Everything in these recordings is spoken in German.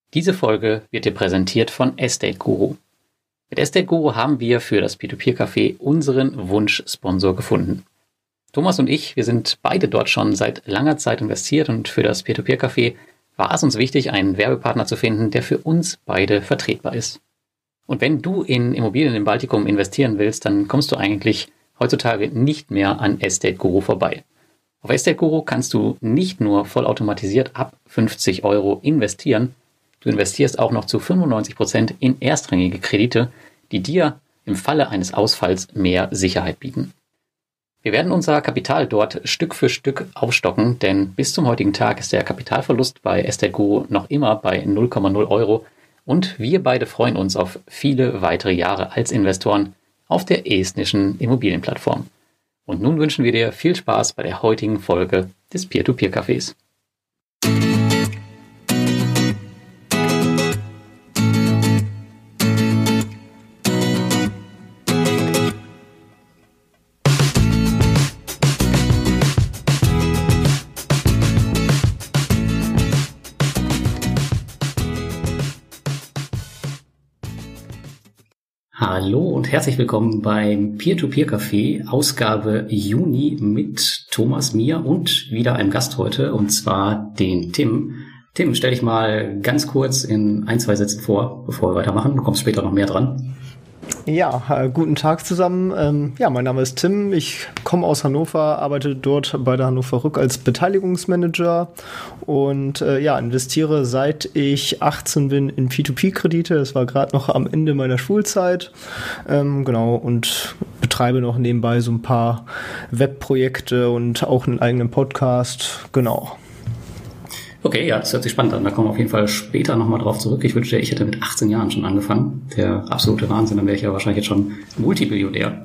Diese Folge wird dir präsentiert von Estate Guru. Mit Estate Guru haben wir für das Peer-to-Peer-Café unseren Wunschsponsor gefunden. Thomas und ich, wir sind beide dort schon seit langer Zeit investiert und für das Peer-to-Peer-Café war es uns wichtig, einen Werbepartner zu finden, der für uns beide vertretbar ist. Und wenn du in Immobilien im Baltikum investieren willst, dann kommst du eigentlich heutzutage nicht mehr an Estate Guru vorbei. Auf Estate Guru kannst du nicht nur vollautomatisiert ab 50 € investieren, du investierst auch noch zu 95% in erstrangige Kredite, die dir im Falle eines Ausfalls mehr Sicherheit bieten. Wir werden unser Kapital dort Stück für Stück aufstocken, denn bis zum heutigen Tag ist der Kapitalverlust bei Estate Guru noch immer bei 0,0 € und wir beide freuen uns auf viele weitere Jahre als Investoren auf der estnischen Immobilienplattform. Und nun wünschen wir dir viel Spaß bei der heutigen Folge des Peer-to-Peer-Cafés. Hallo und herzlich willkommen beim Peer-to-Peer-Café, Ausgabe Juni mit Thomas, mir und wieder einem Gast heute, und zwar den Tim. Tim, stell dich mal ganz kurz in 1-2 Sätzen vor, bevor wir weitermachen. Du kommst später noch mehr dran. Ja, guten Tag zusammen. Mein Name ist Tim. Ich komme aus Hannover, arbeite dort bei der Hannover Rück als Beteiligungsmanager und investiere seit ich 18 bin in P2P-Kredite. Das war gerade noch am Ende meiner Schulzeit. Und betreibe noch nebenbei so ein paar Webprojekte und auch einen eigenen Podcast. Genau. Okay, ja, das hört sich spannend an. Da kommen wir auf jeden Fall später nochmal drauf zurück. Ich wünschte, ich hätte mit 18 Jahren schon angefangen. Der absolute Wahnsinn, dann wäre ich ja wahrscheinlich jetzt schon Multimillionär.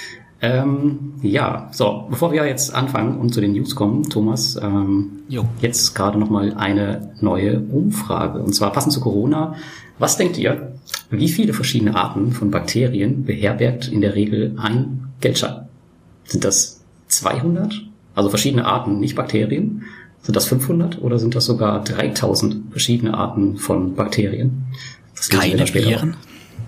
Bevor wir jetzt anfangen und zu den News kommen, Thomas, jetzt gerade nochmal eine neue Umfrage. Und zwar passend zu Corona. Was denkt ihr, wie viele verschiedene Arten von Bakterien beherbergt in der Regel ein Geldschein? Sind das 200? Also verschiedene Arten, nicht Bakterien? Sind das 500 oder sind das sogar 3000 verschiedene Arten von Bakterien? Keine Viren?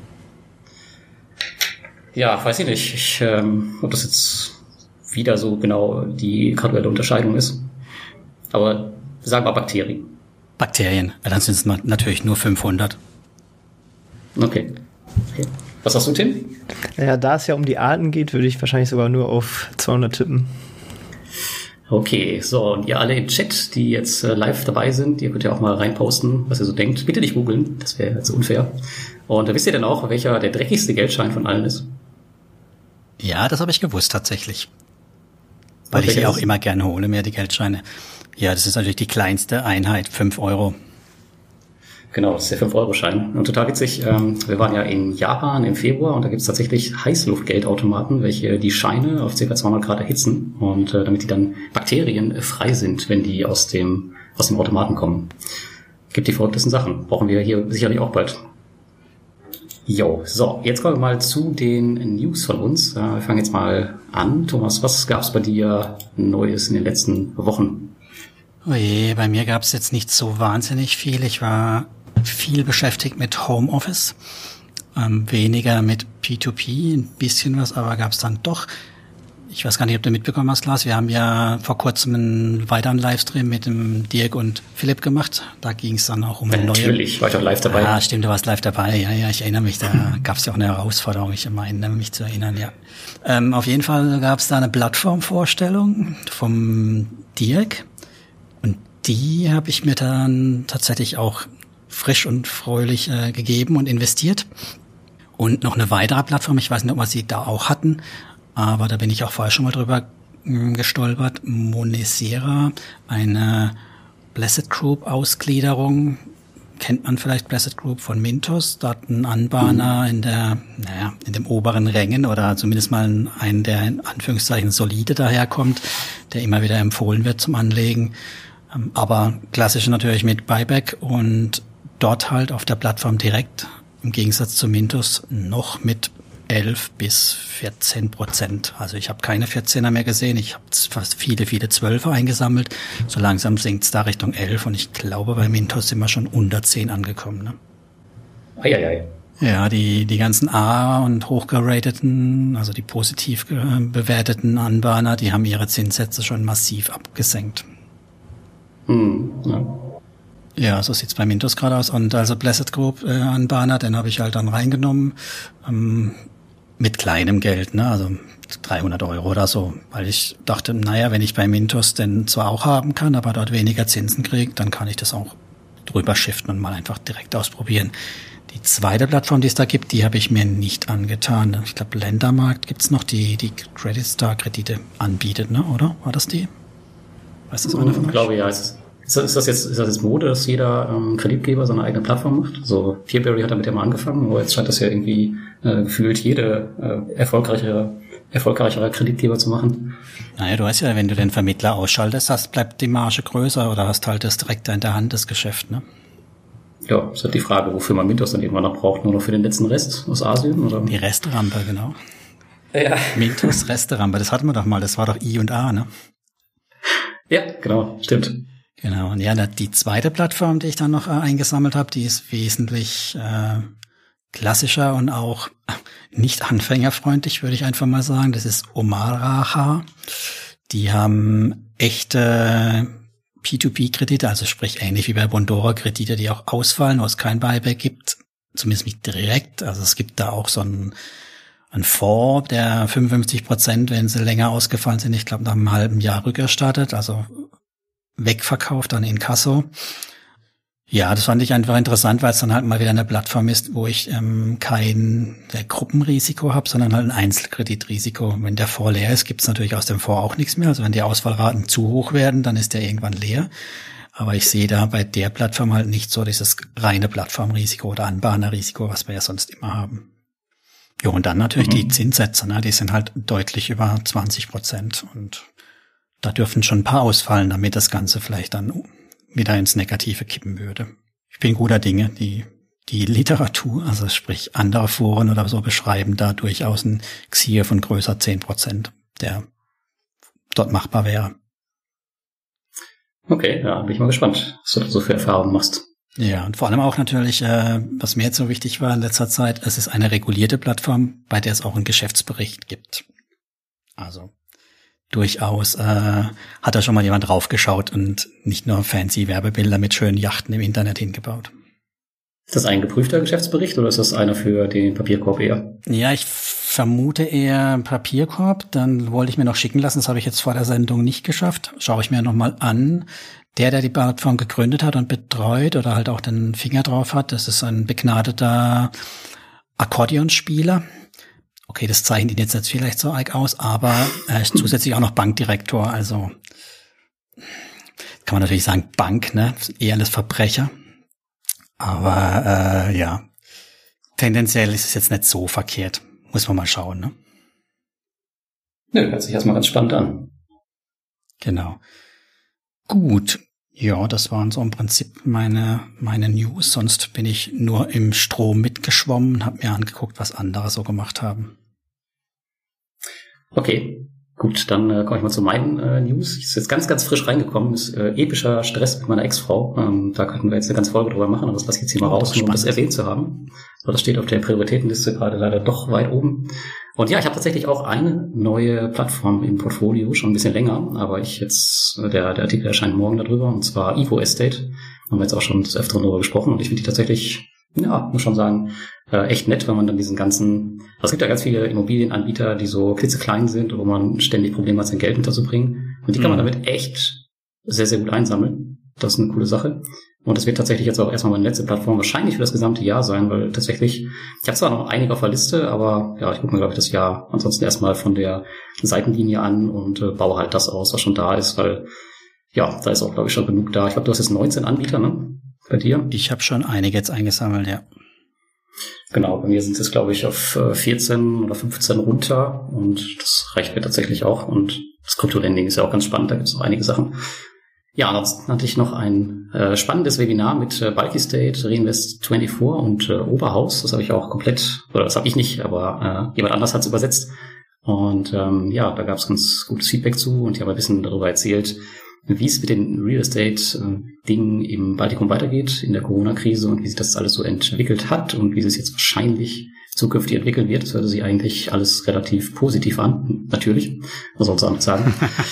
Ja, weiß ich nicht. Ob das jetzt wieder so genau die graduelle Unterscheidung ist. Aber sagen wir Bakterien. Bakterien, dann sind es natürlich nur 500. Okay. Was sagst du, Tim? Ja, da es ja um die Arten geht, würde ich wahrscheinlich sogar nur auf 200 tippen. Okay, so, und ihr alle im Chat, die jetzt live dabei sind, ihr könnt ja auch mal reinposten, was ihr so denkt. Bitte nicht googeln, das wäre jetzt unfair. Und wisst ihr denn auch, welcher der dreckigste Geldschein von allen ist? Ja, das habe ich gewusst tatsächlich. Weil ich sie auch immer gerne hole, die Geldscheine. Ja, das ist natürlich die kleinste Einheit, 5 €. Genau, das ist der 5-Euro-Schein. Und total witzig, wir waren ja in Japan im Februar und da gibt's tatsächlich Heißluftgeldautomaten, welche die Scheine auf ca. 200 Grad erhitzen und damit die dann bakterienfrei sind, wenn die aus dem Automaten kommen. Gibt die verrücktesten Sachen. Brauchen wir hier sicherlich auch bald. Jo, so, jetzt kommen wir mal zu den News von uns. Wir fangen jetzt mal an. Thomas, was gab's bei dir Neues in den letzten Wochen? Oje, bei mir gab's jetzt nicht so wahnsinnig viel. Ich war viel beschäftigt mit Homeoffice, weniger mit P2P, ein bisschen was, aber gab's dann doch. Ich weiß gar nicht, ob du mitbekommen hast, Lars, wir haben ja vor kurzem einen weiteren Livestream mit dem Dirk und Philipp gemacht. Da ging's dann auch um eine neue... Natürlich, war ich auch live dabei. Ah, stimmt, du warst live dabei. Ja, ich erinnere mich, da gab's ja auch eine Herausforderung, ich meine mich zu erinnern, ja. Auf jeden Fall gab's da eine Plattformvorstellung vom Dirk und die habe ich mir dann tatsächlich auch frisch und fröhlich gegeben und investiert. Und noch eine weitere Plattform, ich weiß nicht, ob wir sie da auch hatten, aber da bin ich auch vorher schon mal drüber gestolpert. Monesera, eine Blessed Group Ausgliederung. Kennt man vielleicht Blessed Group von Mintos? Dort ein Anbahner in dem oberen Rängen oder zumindest mal einen, der in Anführungszeichen solide daherkommt, der immer wieder empfohlen wird zum Anlegen. Aber klassisch natürlich mit Buyback und dort halt auf der Plattform direkt, im Gegensatz zu Mintos, noch mit 11 bis 14%. Also ich habe keine 14er mehr gesehen. Ich habe fast viele 12er eingesammelt. So langsam sinkt es da Richtung 11 und ich glaube, bei Mintos sind wir schon unter 10 angekommen. Ne? Eieiei. Ja, die ganzen A- und hochgerateten, also die positiv bewerteten Anbahner, die haben ihre Zinssätze schon massiv abgesenkt. Ja. Ja, so sieht's bei Mintos gerade aus. Und also Blessed Group Anbahner, den habe ich halt dann reingenommen, mit kleinem Geld, ne, also 300 € oder so, weil ich dachte, naja, wenn ich bei Mintos den zwar auch haben kann, aber dort weniger Zinsen kriege, dann kann ich das auch drüber shiften und mal einfach direkt ausprobieren. Die zweite Plattform, die es da gibt, die habe ich mir nicht angetan. Ich glaube, Ländermarkt gibt's noch, die Credit Star Kredite anbietet, ne, oder? War das die? Weiß das einer von euch? Ich glaube, ja. Ist das jetzt Mode, dass jeder Kreditgeber seine eigene Plattform macht? So, Peerberry hat damit ja mal angefangen, aber jetzt scheint das ja irgendwie gefühlt jede erfolgreichere Kreditgeber zu machen. Naja, du weißt ja, wenn du den Vermittler ausschaltest, bleibt die Marge größer oder hast halt das direkt in der Hand, das Geschäft, ne? Ja, ist halt die Frage, wofür man Mintos dann irgendwann noch braucht. Nur noch für den letzten Rest aus Asien, oder? Die Resterampe, genau. Ja. Mintos Resterampe, das hatten wir doch mal, das war doch I&A, ne? Ja, genau, stimmt. Genau, und ja, die zweite Plattform, die ich dann noch eingesammelt habe, die ist wesentlich klassischer und auch nicht anfängerfreundlich, würde ich einfach mal sagen. Das ist Omaraha. Die haben echte P2P-Kredite, also sprich ähnlich wie bei Bondora Kredite, die auch ausfallen, wo es kein Buyback gibt, zumindest nicht direkt. Also es gibt da auch so einen Fonds, der 55%, wenn sie länger ausgefallen sind, ich glaube nach einem halben Jahr rückerstattet, also wegverkauft an Inkasso. Ja, das fand ich einfach interessant, weil es dann halt mal wieder eine Plattform ist, wo ich kein Gruppenrisiko habe, sondern halt ein Einzelkreditrisiko. Wenn der Fonds leer ist, gibt es natürlich aus dem Fonds auch nichts mehr. Also wenn die Ausfallraten zu hoch werden, dann ist der irgendwann leer. Aber ich sehe da bei der Plattform halt nicht so dieses reine Plattformrisiko oder Anbahnerrisiko, was wir ja sonst immer haben. Jo, und dann natürlich die Zinssätze, ne? Die sind halt deutlich über 20% und da dürfen schon ein paar ausfallen, damit das Ganze vielleicht dann wieder ins Negative kippen würde. Ich bin guter Dinge, die Literatur, also sprich andere Foren oder so, beschreiben da durchaus ein XIR von größer 10%, der dort machbar wäre. Okay, ja, bin ich mal gespannt, was du da so für Erfahrungen machst. Ja, und vor allem auch natürlich, was mir jetzt so wichtig war in letzter Zeit, es ist eine regulierte Plattform, bei der es auch einen Geschäftsbericht gibt. Also durchaus hat da schon mal jemand draufgeschaut und nicht nur fancy Werbebilder mit schönen Yachten im Internet hingebaut. Ist das ein geprüfter Geschäftsbericht oder ist das einer für den Papierkorb eher? Ja, ich vermute eher Papierkorb. Dann wollte ich mir noch schicken lassen. Das habe ich jetzt vor der Sendung nicht geschafft. Schaue ich mir nochmal an. Der die Plattform gegründet hat und betreut oder halt auch den Finger drauf hat, das ist ein begnadeter Akkordeonspieler. Okay, das zeichnet ihn jetzt vielleicht so arg aus, aber er ist zusätzlich auch noch Bankdirektor. Also kann man natürlich sagen, Bank, ne? Eher alles Verbrecher. Aber ja, tendenziell ist es jetzt nicht so verkehrt. Muss man mal schauen, ne? Nö, hört sich erstmal ganz spannend an. Genau. Gut. Ja, das waren so im Prinzip meine News. Sonst bin ich nur im Strom mitgeschwommen und habe mir angeguckt, was andere so gemacht haben. Okay, gut, dann komme ich mal zu meinen News. Ich ist jetzt ganz, ganz frisch reingekommen. Ist epischer Stress mit meiner Ex-Frau. Da könnten wir jetzt eine ganze Folge drüber machen, aber das lasse ich jetzt hier mal raus, nur um das erwähnt zu haben. So, das steht auf der Prioritätenliste gerade leider doch weit oben. Und ja, ich habe tatsächlich auch eine neue Plattform im Portfolio, schon ein bisschen länger, aber der Artikel erscheint morgen darüber, und zwar Evo Estate. Haben wir jetzt auch schon des Öfteren darüber gesprochen und ich finde die tatsächlich, ja, muss schon sagen, echt nett, wenn man dann diesen ganzen, es gibt ja ganz viele Immobilienanbieter, die so klitzeklein sind, wo man ständig Probleme hat, sein Geld unterzubringen. Und die kann man damit echt sehr, sehr gut einsammeln. Das ist eine coole Sache. Und das wird tatsächlich jetzt auch erstmal meine letzte Plattform wahrscheinlich für das gesamte Jahr sein, weil tatsächlich, ich habe zwar noch einige auf der Liste, aber ja, ich gucke mir, glaube ich, das Jahr ansonsten erstmal von der Seitenlinie an und baue halt das aus, was schon da ist, weil ja, da ist auch, glaube ich, schon genug da. Ich glaube, du hast jetzt 19 Anbieter, ne? Bei dir? Ich habe schon einige jetzt eingesammelt, ja. Genau, bei mir sind es, glaube ich, auf 14 oder 15 runter und das reicht mir tatsächlich auch. Und das Krypto-Lending ist ja auch ganz spannend, da gibt es noch einige Sachen. Ja, ansonsten hatte ich noch ein spannendes Webinar mit Bulky State, Reinvest24 und Oberhaus. Das habe ich auch komplett, oder das habe ich nicht, aber jemand anders hat es übersetzt. Und da gab es ganz gutes Feedback zu und ich habe ein bisschen darüber erzählt, wie es mit den Real Estate-Dingen im Baltikum weitergeht in der Corona-Krise und wie sich das alles so entwickelt hat und wie es jetzt wahrscheinlich zukünftig entwickeln wird. Das hörte sich eigentlich alles relativ positiv an. Natürlich, was soll man sagen.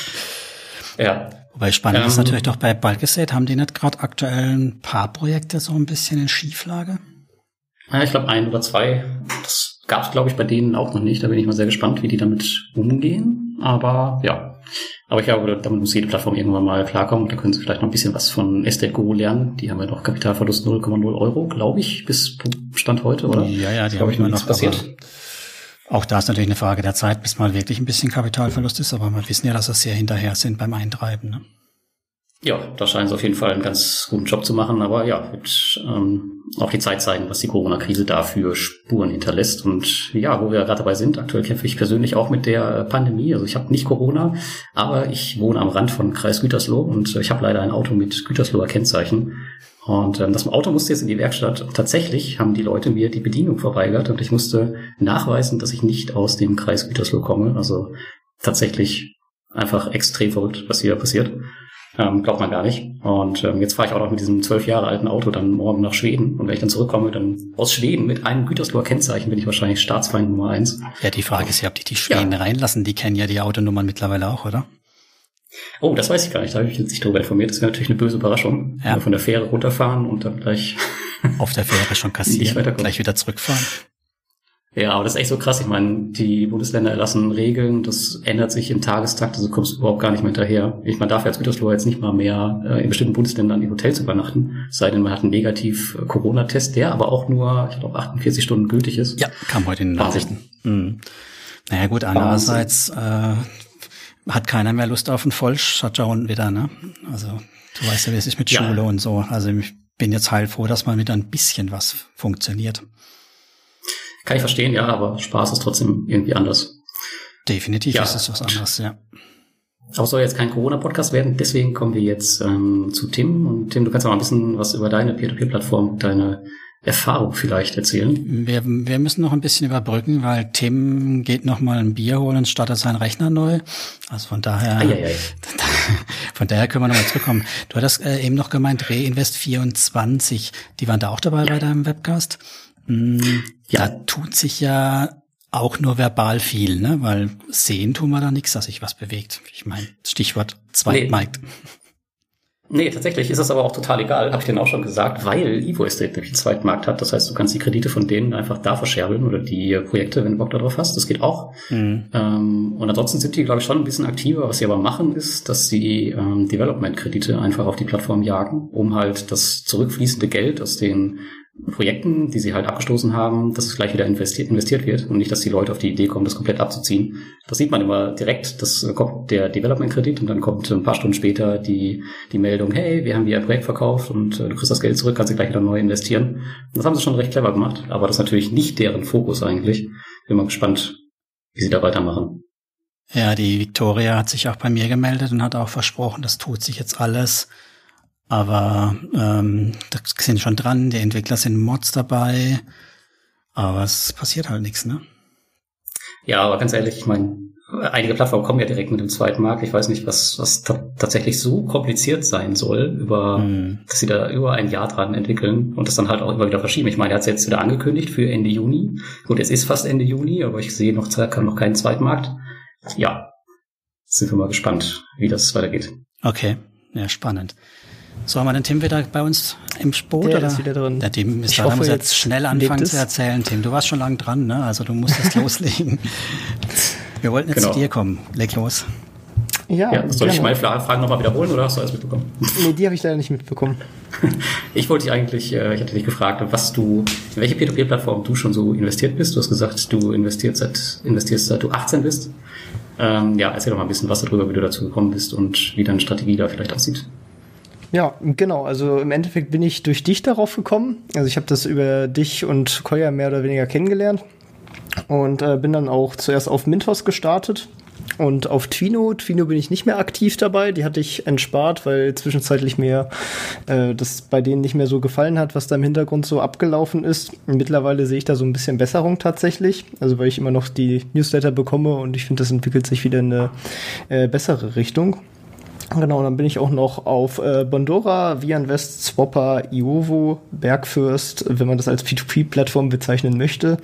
Ja. Wobei spannend ist natürlich doch bei Bulky State, haben die nicht gerade aktuell ein paar Projekte so ein bisschen in Schieflage? Ja, ich glaube 1 oder 2. Das gab es, glaube ich, bei denen auch noch nicht. Da bin ich mal sehr gespannt, wie die damit umgehen. Aber ich glaube, damit muss jede Plattform irgendwann mal klarkommen. Da können sie vielleicht noch ein bisschen was von Estate Guru lernen. Die haben ja noch Kapitalverlust 0,0 Euro, glaube ich, bis Stand heute, oder? Ja, die haben immer noch passiert. Auch da ist natürlich eine Frage der Zeit, bis mal wirklich ein bisschen Kapitalverlust ist, aber wir wissen ja, dass sie sehr hinterher sind beim Eintreiben. Ne? Ja, da scheinen sie auf jeden Fall einen ganz guten Job zu machen, aber wird auch die Zeit zeigen, was die Corona-Krise da für Spuren hinterlässt. Und ja, wo wir gerade dabei sind, aktuell kämpfe ich persönlich auch mit der Pandemie. Also ich habe nicht Corona, aber ich wohne am Rand von Kreis Gütersloh und ich habe leider ein Auto mit Gütersloher Kennzeichen. Und das Auto musste jetzt in die Werkstatt. Tatsächlich haben die Leute mir die Bedienung verweigert und ich musste nachweisen, dass ich nicht aus dem Kreis Gütersloh komme. Also tatsächlich einfach extrem verrückt, was hier passiert. Glaubt man gar nicht. Und jetzt fahre ich auch noch mit diesem 12 Jahre alten Auto dann morgen nach Schweden. Und wenn ich dann zurückkomme, dann aus Schweden mit einem Gütersloher Kennzeichen bin ich wahrscheinlich Staatsfeind Nummer 1. Ja, die Frage ist ja, ob die Schweden reinlassen. Die kennen ja die Autonummern mittlerweile auch, oder? Oh, das weiß ich gar nicht. Da habe ich jetzt nicht drüber informiert. Das wäre natürlich eine böse Überraschung. Ja. Von der Fähre runterfahren und dann gleich auf der Fähre schon kassieren, gleich wieder zurückfahren. Ja, aber das ist echt so krass. Ich meine, die Bundesländer erlassen Regeln. Das ändert sich im Tagestakt. Also kommst du überhaupt gar nicht mehr hinterher. Man darf ja als Gütersloher jetzt nicht mal mehr in bestimmten Bundesländern in Hotels übernachten. Es sei denn, man hat einen Negativ-Corona-Test, der aber auch nur, ich glaube, 48 Stunden gültig ist. Ja, kam heute in den Nachrichten. Naja gut, andererseits hat keiner mehr Lust auf einen Voll-Shutdown wieder, ne? Also du weißt ja, wie es ist mit Schule und so. Also ich bin jetzt heilfroh, dass mal wieder ein bisschen was funktioniert. Kann ich verstehen, ja, aber Spaß ist trotzdem irgendwie anders. Definitiv ist es was anderes, ja. Aber es soll jetzt kein Corona-Podcast werden, deswegen kommen wir jetzt zu Tim. Und Tim, du kannst mal ein bisschen was über deine Peer-to-Peer-Plattform, deine Erfahrung vielleicht erzählen. Wir müssen noch ein bisschen überbrücken, weil Tim geht noch mal ein Bier holen und startet seinen Rechner neu. Also von daher, von daher können wir noch mal zurückkommen. Du hattest eben noch gemeint, Reinvest24, die waren da auch dabei bei deinem Webcast. Da tut sich ja auch nur verbal viel, ne? Weil sehen tun wir da nichts, dass sich was bewegt. Ich meine, Stichwort Zweitmarkt. Nee, tatsächlich ist es aber auch total egal, habe ich denen auch schon gesagt, weil Evo Estate nämlich einen Zweitmarkt hat. Das heißt, du kannst die Kredite von denen einfach da verscherbeln oder die Projekte, wenn du Bock darauf hast. Das geht auch. Und ansonsten sind die, glaube ich, schon ein bisschen aktiver. Was sie aber machen, ist, dass sie Development-Kredite einfach auf die Plattform jagen, um halt das zurückfließende Geld aus den Projekten, die sie halt abgestoßen haben, dass es gleich wieder investiert wird und nicht, dass die Leute auf die Idee kommen, das komplett abzuziehen. Das sieht man immer direkt, das kommt der Development-Kredit und dann kommt ein paar Stunden später die Meldung, hey, wir haben hier ein Projekt verkauft und du kriegst das Geld zurück, kannst du gleich wieder neu investieren. Und das haben sie schon recht clever gemacht, aber das ist natürlich nicht deren Fokus eigentlich. Bin mal gespannt, wie sie da weitermachen. Ja, die Victoria hat sich auch bei mir gemeldet und hat auch versprochen, das tut sich jetzt alles. Aber da sind schon dran, die Entwickler sind Mods dabei, aber es passiert halt nichts, ne? Ja, aber ganz ehrlich, ich meine, einige Plattformen kommen ja direkt mit dem Zweitmarkt. Ich weiß nicht, was tatsächlich so kompliziert sein soll, dass sie da über ein Jahr dran entwickeln und das dann halt auch immer wieder verschieben. Ich meine, er hat es jetzt wieder angekündigt für Ende Juni. Gut, es ist fast Ende Juni, aber ich sehe noch keinen Zweitmarkt. Ja, sind wir mal gespannt, wie das weitergeht. Okay, ja, spannend. So, haben wir den Tim wieder bei uns im Boot? Der ist wieder drin. Der Tim ist da, muss jetzt schnell anfangen zu erzählen. Tim, du warst schon lange dran, ne? Also du musst jetzt loslegen. Wir wollten jetzt zu dir kommen. Leg los. Ja, soll ich meine Fragen nochmal wiederholen oder hast du alles mitbekommen? Nee, die habe ich leider nicht mitbekommen. Ich wollte dich eigentlich, ich hatte dich gefragt, in welche Peer-to-Peer-Plattform du schon so investiert bist. Du hast gesagt, du investierst seit du 18 bist. Erzähl doch mal ein bisschen was darüber, wie du dazu gekommen bist und wie deine Strategie da vielleicht aussieht. Ja, genau. Also im Endeffekt bin ich durch dich darauf gekommen. Also ich habe das über dich und Koya mehr oder weniger kennengelernt und bin dann auch zuerst auf Mintos gestartet Und auf Twino bin ich nicht mehr aktiv dabei. Die hatte ich entspart, weil zwischenzeitlich mir das bei denen nicht mehr so gefallen hat, was da im Hintergrund so abgelaufen ist. Und mittlerweile sehe ich da so ein bisschen Besserung tatsächlich. Also weil ich immer noch die Newsletter bekomme und ich finde, das entwickelt sich wieder in eine bessere Richtung. Genau, dann bin ich auch noch auf Bondora, ViaInvest, Swapper, Iovo, Bergfürst, wenn man das als P2P-Plattform bezeichnen möchte.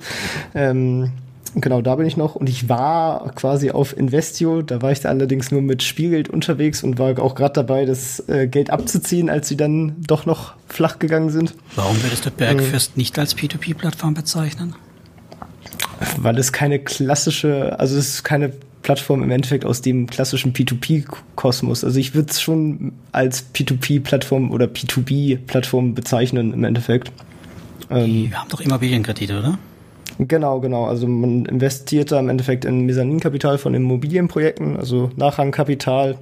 Genau, da bin ich noch und ich war quasi auf Investio, da war ich da allerdings nur mit Spielgeld unterwegs und war auch gerade dabei, das Geld abzuziehen, als sie dann doch noch flach gegangen sind. Warum würdest du Bergfürst nicht als P2P-Plattform bezeichnen? Weil es keine klassische, also es ist keine Plattform im Endeffekt aus dem klassischen P2P-Kosmos. Also ich würde es schon als P2P-Plattform oder P2B-Plattform bezeichnen im Endeffekt. Die haben doch Immobilienkredite, oder? Genau. Also man investiert da im Endeffekt in Mezzaninkapital von Immobilienprojekten, also Nachrangkapital.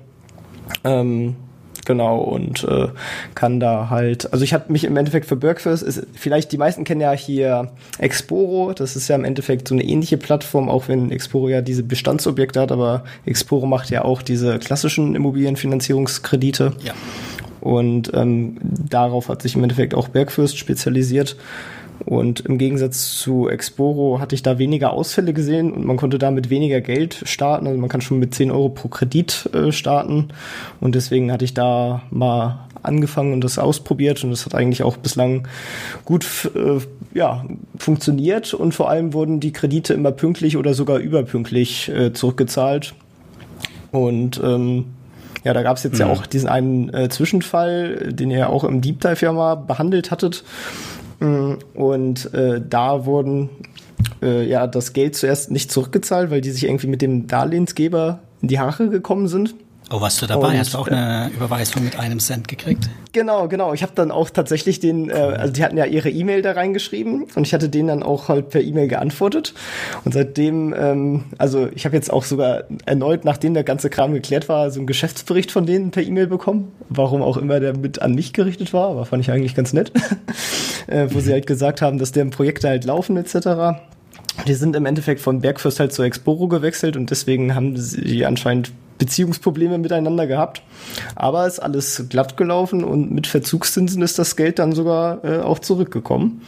Genau, und kann da halt, also ich habe mich im Endeffekt für Bergfürst, vielleicht die meisten kennen ja hier Exporo, das ist ja im Endeffekt so eine ähnliche Plattform, auch wenn Exporo ja diese Bestandsobjekte hat, aber Exporo macht ja auch diese klassischen Immobilienfinanzierungskredite. Ja. Und darauf hat sich im Endeffekt auch Bergfürst spezialisiert. Und im Gegensatz zu Exporo hatte ich da weniger Ausfälle gesehen und man konnte da mit weniger Geld starten. Also man kann schon mit 10 Euro pro Kredit starten. Und deswegen hatte ich da mal angefangen und das ausprobiert. Und das hat eigentlich auch bislang gut funktioniert. Und vor allem wurden die Kredite immer pünktlich oder sogar überpünktlich zurückgezahlt. Und da gab es jetzt ja auch diesen einen Zwischenfall, den ihr ja auch im Deep Dive ja mal behandelt hattet. Und da wurden das Geld zuerst nicht zurückgezahlt, weil die sich irgendwie mit dem Darlehensgeber in die Haare gekommen sind. Oh, warst du dabei? Hast du auch eine Überweisung mit 1 Cent gekriegt? Genau. Ich habe dann auch tatsächlich also die hatten ja ihre E-Mail da reingeschrieben und ich hatte denen dann auch halt per E-Mail geantwortet. Und seitdem, also ich habe jetzt auch sogar erneut, nachdem der ganze Kram geklärt war, so einen Geschäftsbericht von denen per E-Mail bekommen. Warum auch immer der mit an mich gerichtet war, aber fand ich eigentlich ganz nett. Wo sie halt gesagt haben, dass deren Projekte halt laufen etc. Die sind im Endeffekt von Bergfürst halt zu Exporo gewechselt und deswegen haben sie anscheinend Beziehungsprobleme miteinander gehabt. Aber ist alles glatt gelaufen und mit Verzugszinsen ist das Geld dann sogar auch zurückgekommen.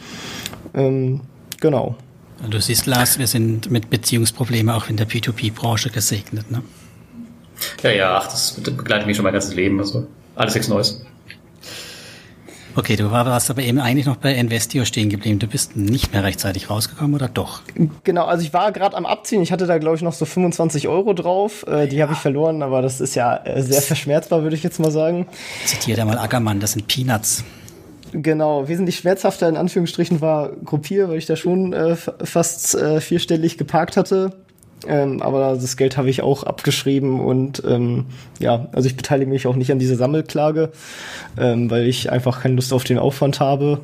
Genau. Du siehst, Lars, wir sind mit Beziehungsproblemen auch in der P2P-Branche gesegnet, ne? Ja, das begleitet mich schon mein ganzes Leben. Also alles nichts Neues. Okay, du warst aber eben eigentlich noch bei Investio stehen geblieben. Du bist nicht mehr rechtzeitig rausgekommen, oder doch? Genau, also ich war gerade am Abziehen. Ich hatte da, glaube ich, noch so 25 Euro drauf. Die habe ich verloren, aber das ist ja sehr verschmerzbar, würde ich jetzt mal sagen. Zitiert einmal Ackermann, das sind Peanuts. Genau, wesentlich schmerzhafter in Anführungsstrichen war Gruppier, weil ich da schon fast vierstellig geparkt hatte. Aber das Geld habe ich auch abgeschrieben und also ich beteilige mich auch nicht an dieser Sammelklage, weil ich einfach keine Lust auf den Aufwand habe.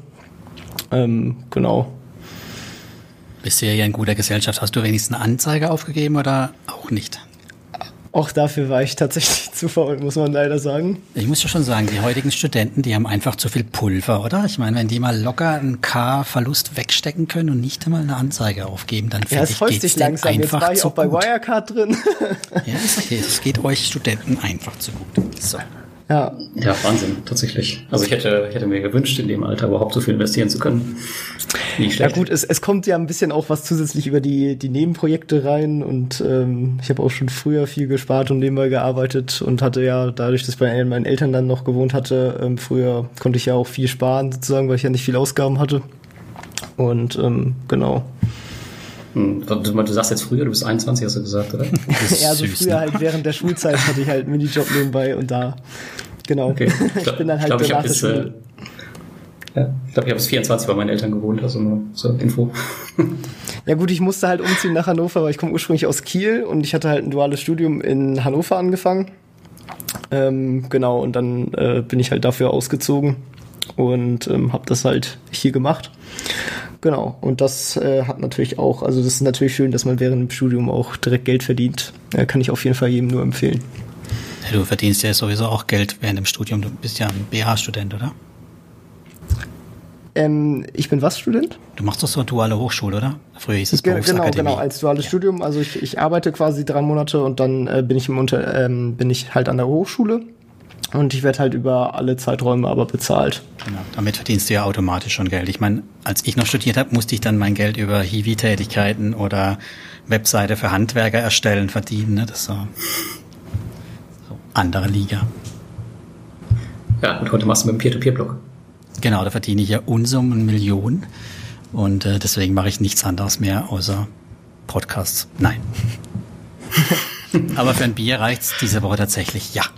Genau. Bist du ja in guter Gesellschaft. Hast du wenigstens eine Anzeige aufgegeben oder auch nicht? Auch dafür war ich tatsächlich zu faul, muss man leider sagen. Ich muss ja schon sagen, die heutigen Studenten, die haben einfach zu viel Pulver, oder? Ich meine, wenn die mal locker einen K-Verlust wegstecken können und nicht einmal eine Anzeige aufgeben, dann finde ich, geht's denen einfach zu gut. Jetzt war ich auch bei Wirecard drin. Ja, ist okay. Es geht euch Studenten einfach zu gut. So. Ja, Wahnsinn, tatsächlich. Also ich hätte mir gewünscht, in dem Alter überhaupt so viel investieren zu können. Nicht schlecht. Ja gut, es kommt ja ein bisschen auch was zusätzlich über die Nebenprojekte rein und ich habe auch schon früher viel gespart und nebenbei gearbeitet und hatte ja, dadurch, dass ich bei meinen Eltern dann noch gewohnt hatte, früher konnte ich ja auch viel sparen sozusagen, weil ich ja nicht viel Ausgaben hatte. Und genau. Du sagst jetzt früher, du bist 21, hast du gesagt, oder? Ja, so früher halt während der Schulzeit hatte ich halt einen Minijob nebenbei und da, genau. Okay. Ich bin dann halt ich habe bis 24 bei meinen Eltern gewohnt, also nur zur Info. Ja gut, ich musste halt umziehen nach Hannover, weil ich komme ursprünglich aus Kiel und ich hatte halt ein duales Studium in Hannover angefangen. Genau, und dann bin ich halt dafür ausgezogen und habe das halt hier gemacht. Genau, und das hat natürlich auch, also das ist natürlich schön, dass man während dem Studium auch direkt Geld verdient. Kann ich auf jeden Fall jedem nur empfehlen. Ja, du verdienst ja sowieso auch Geld während dem Studium, du bist ja ein BH-Student, oder? Ich bin was Student? Du machst doch so eine duale Hochschule, oder? Früher hieß es Berufsakademie. Genau, als duales Studium. Also ich arbeite quasi 3 Monate und dann bin ich halt an der Hochschule. Und ich werde halt über alle Zeiträume aber bezahlt. Genau, damit verdienst du ja automatisch schon Geld. Ich meine, als ich noch studiert habe, musste ich dann mein Geld über Hiwi-Tätigkeiten oder Webseite für Handwerker erstellen verdienen. Ne? Das ist so andere Liga. Ja, und heute machst du mit dem Peer-to-Peer-Blog. Genau, da verdiene ich ja Unsummen, Millionen. Und deswegen mache ich nichts anderes mehr außer Podcasts. Nein. Aber für ein Bier reicht's diese Woche tatsächlich, ja.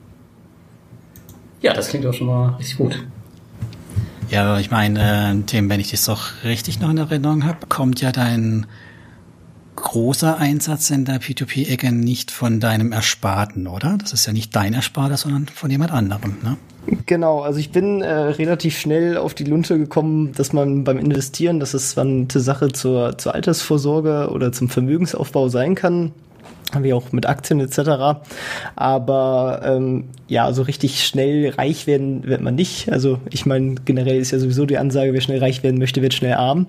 Ja, das klingt auch schon mal richtig gut. Ja, ich meine, Tim, wenn ich das doch richtig noch in Erinnerung habe, kommt ja dein großer Einsatz in der P2P-Ecke nicht von deinem Ersparten, oder? Das ist ja nicht dein Ersparter, sondern von jemand anderem, ne? Genau, also ich bin relativ schnell auf die Lunte gekommen, dass man beim Investieren, dass es eine Sache zur Altersvorsorge oder zum Vermögensaufbau sein kann, wie auch mit Aktien etc. Aber ja, so richtig schnell reich werden wird man nicht. Also ich meine, generell ist ja sowieso die Ansage, wer schnell reich werden möchte, wird schnell arm.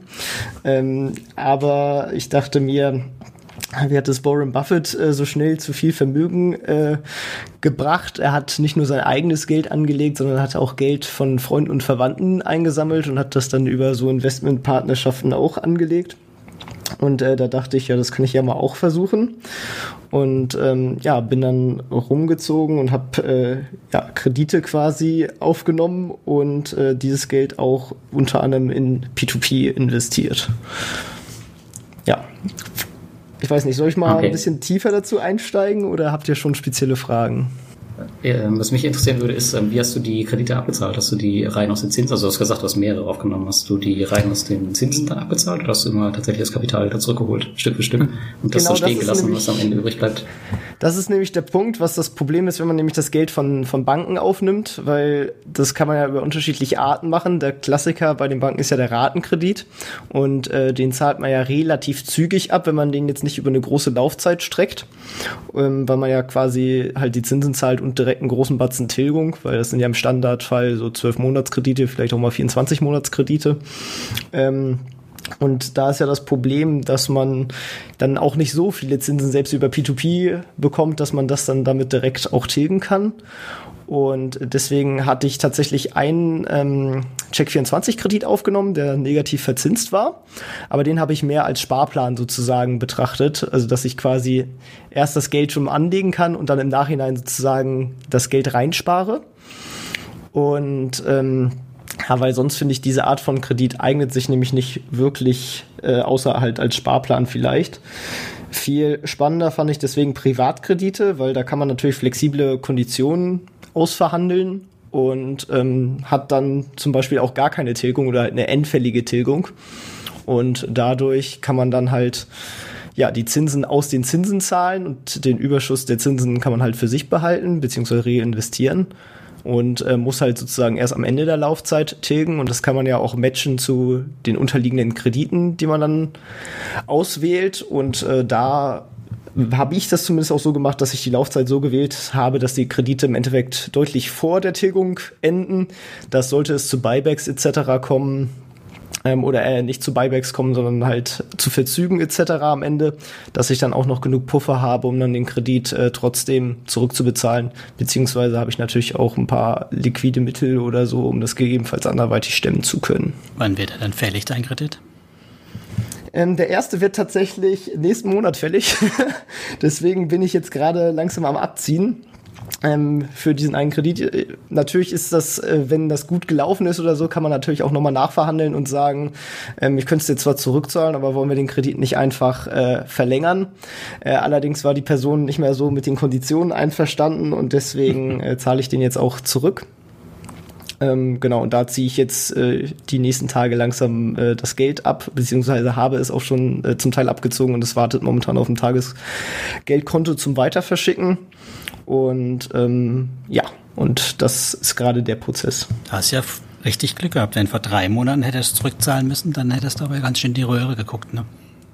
Aber ich dachte mir, wie hat das Warren Buffett so schnell zu viel Vermögen gebracht? Er hat nicht nur sein eigenes Geld angelegt, sondern hat auch Geld von Freunden und Verwandten eingesammelt und hat das dann über so Investmentpartnerschaften auch angelegt. Und da dachte ich, ja, das kann ich ja mal auch versuchen. Und ja, bin dann rumgezogen und habe Kredite quasi aufgenommen und dieses Geld auch unter anderem in P2P investiert. Ja. Ich weiß nicht, soll ich mal ein bisschen tiefer dazu einsteigen oder habt ihr schon spezielle Fragen? Was mich interessieren würde, ist, wie hast du die Kredite abbezahlt? Hast du die rein aus den Zinsen, also du hast gesagt, du hast mehrere aufgenommen, hast du die rein aus den Zinsen dann abbezahlt oder hast du immer tatsächlich das Kapital wieder zurückgeholt, Stück für Stück und das dann stehen gelassen, was am Ende übrig bleibt? Das ist nämlich der Punkt, was das Problem ist, wenn man nämlich das Geld von Banken aufnimmt, weil das kann man ja über unterschiedliche Arten machen. Der Klassiker bei den Banken ist ja der Ratenkredit und den zahlt man ja relativ zügig ab, wenn man den jetzt nicht über eine große Laufzeit streckt, weil man ja quasi halt die Zinsen zahlt und direkt einen großen Batzen Tilgung, weil das sind ja im Standardfall so 12-Monatskredite, vielleicht auch mal 24-Monatskredite. Und da ist ja das Problem, dass man dann auch nicht so viele Zinsen selbst über P2P bekommt, dass man das dann damit direkt auch tilgen kann. Und deswegen hatte ich tatsächlich einen Check24-Kredit aufgenommen, der negativ verzinst war. Aber den habe ich mehr als Sparplan sozusagen betrachtet. Also dass ich quasi erst das Geld schon anlegen kann und dann im Nachhinein sozusagen das Geld reinspare. Und ja, weil sonst finde ich, diese Art von Kredit eignet sich nämlich nicht wirklich, außer halt als Sparplan vielleicht. Viel spannender fand ich deswegen Privatkredite, weil da kann man natürlich flexible Konditionen ausverhandeln und hat dann zum Beispiel auch gar keine Tilgung oder eine endfällige Tilgung. Und dadurch kann man dann halt ja die Zinsen aus den Zinsen zahlen und den Überschuss der Zinsen kann man halt für sich behalten bzw. reinvestieren. Und muss halt sozusagen erst am Ende der Laufzeit tilgen. Und das kann man ja auch matchen zu den unterliegenden Krediten, die man dann auswählt. Und da habe ich das zumindest auch so gemacht, dass ich die Laufzeit so gewählt habe, dass die Kredite im Endeffekt deutlich vor der Tilgung enden. Das sollte es zu Buybacks etc. kommen, oder nicht zu Buybacks kommen, sondern halt zu Verzügen etc. am Ende, dass ich dann auch noch genug Puffer habe, um dann den Kredit trotzdem zurückzubezahlen. Beziehungsweise habe ich natürlich auch ein paar liquide Mittel oder so, um das gegebenenfalls anderweitig stemmen zu können. Wann wird er dann fällig, dein Kredit? Der erste wird tatsächlich nächsten Monat fällig. Deswegen bin ich jetzt gerade langsam am Abziehen. Für diesen einen Kredit. Natürlich ist das, wenn das gut gelaufen ist oder so, kann man natürlich auch nochmal nachverhandeln und sagen, ich könnte es dir zwar zurückzahlen, aber wollen wir den Kredit nicht einfach verlängern. Allerdings war die Person nicht mehr so mit den Konditionen einverstanden und deswegen zahle ich den jetzt auch zurück. Genau, und da ziehe ich jetzt die nächsten Tage langsam das Geld ab, beziehungsweise habe es auch schon zum Teil abgezogen und es wartet momentan auf dem Tagesgeldkonto zum Weiterverschicken. Und ja, und das ist gerade der Prozess. Du hast ja richtig Glück gehabt. Wenn vor 3 Monaten hättest du zurückzahlen müssen, dann hättest du aber ganz schön in die Röhre geguckt, ne?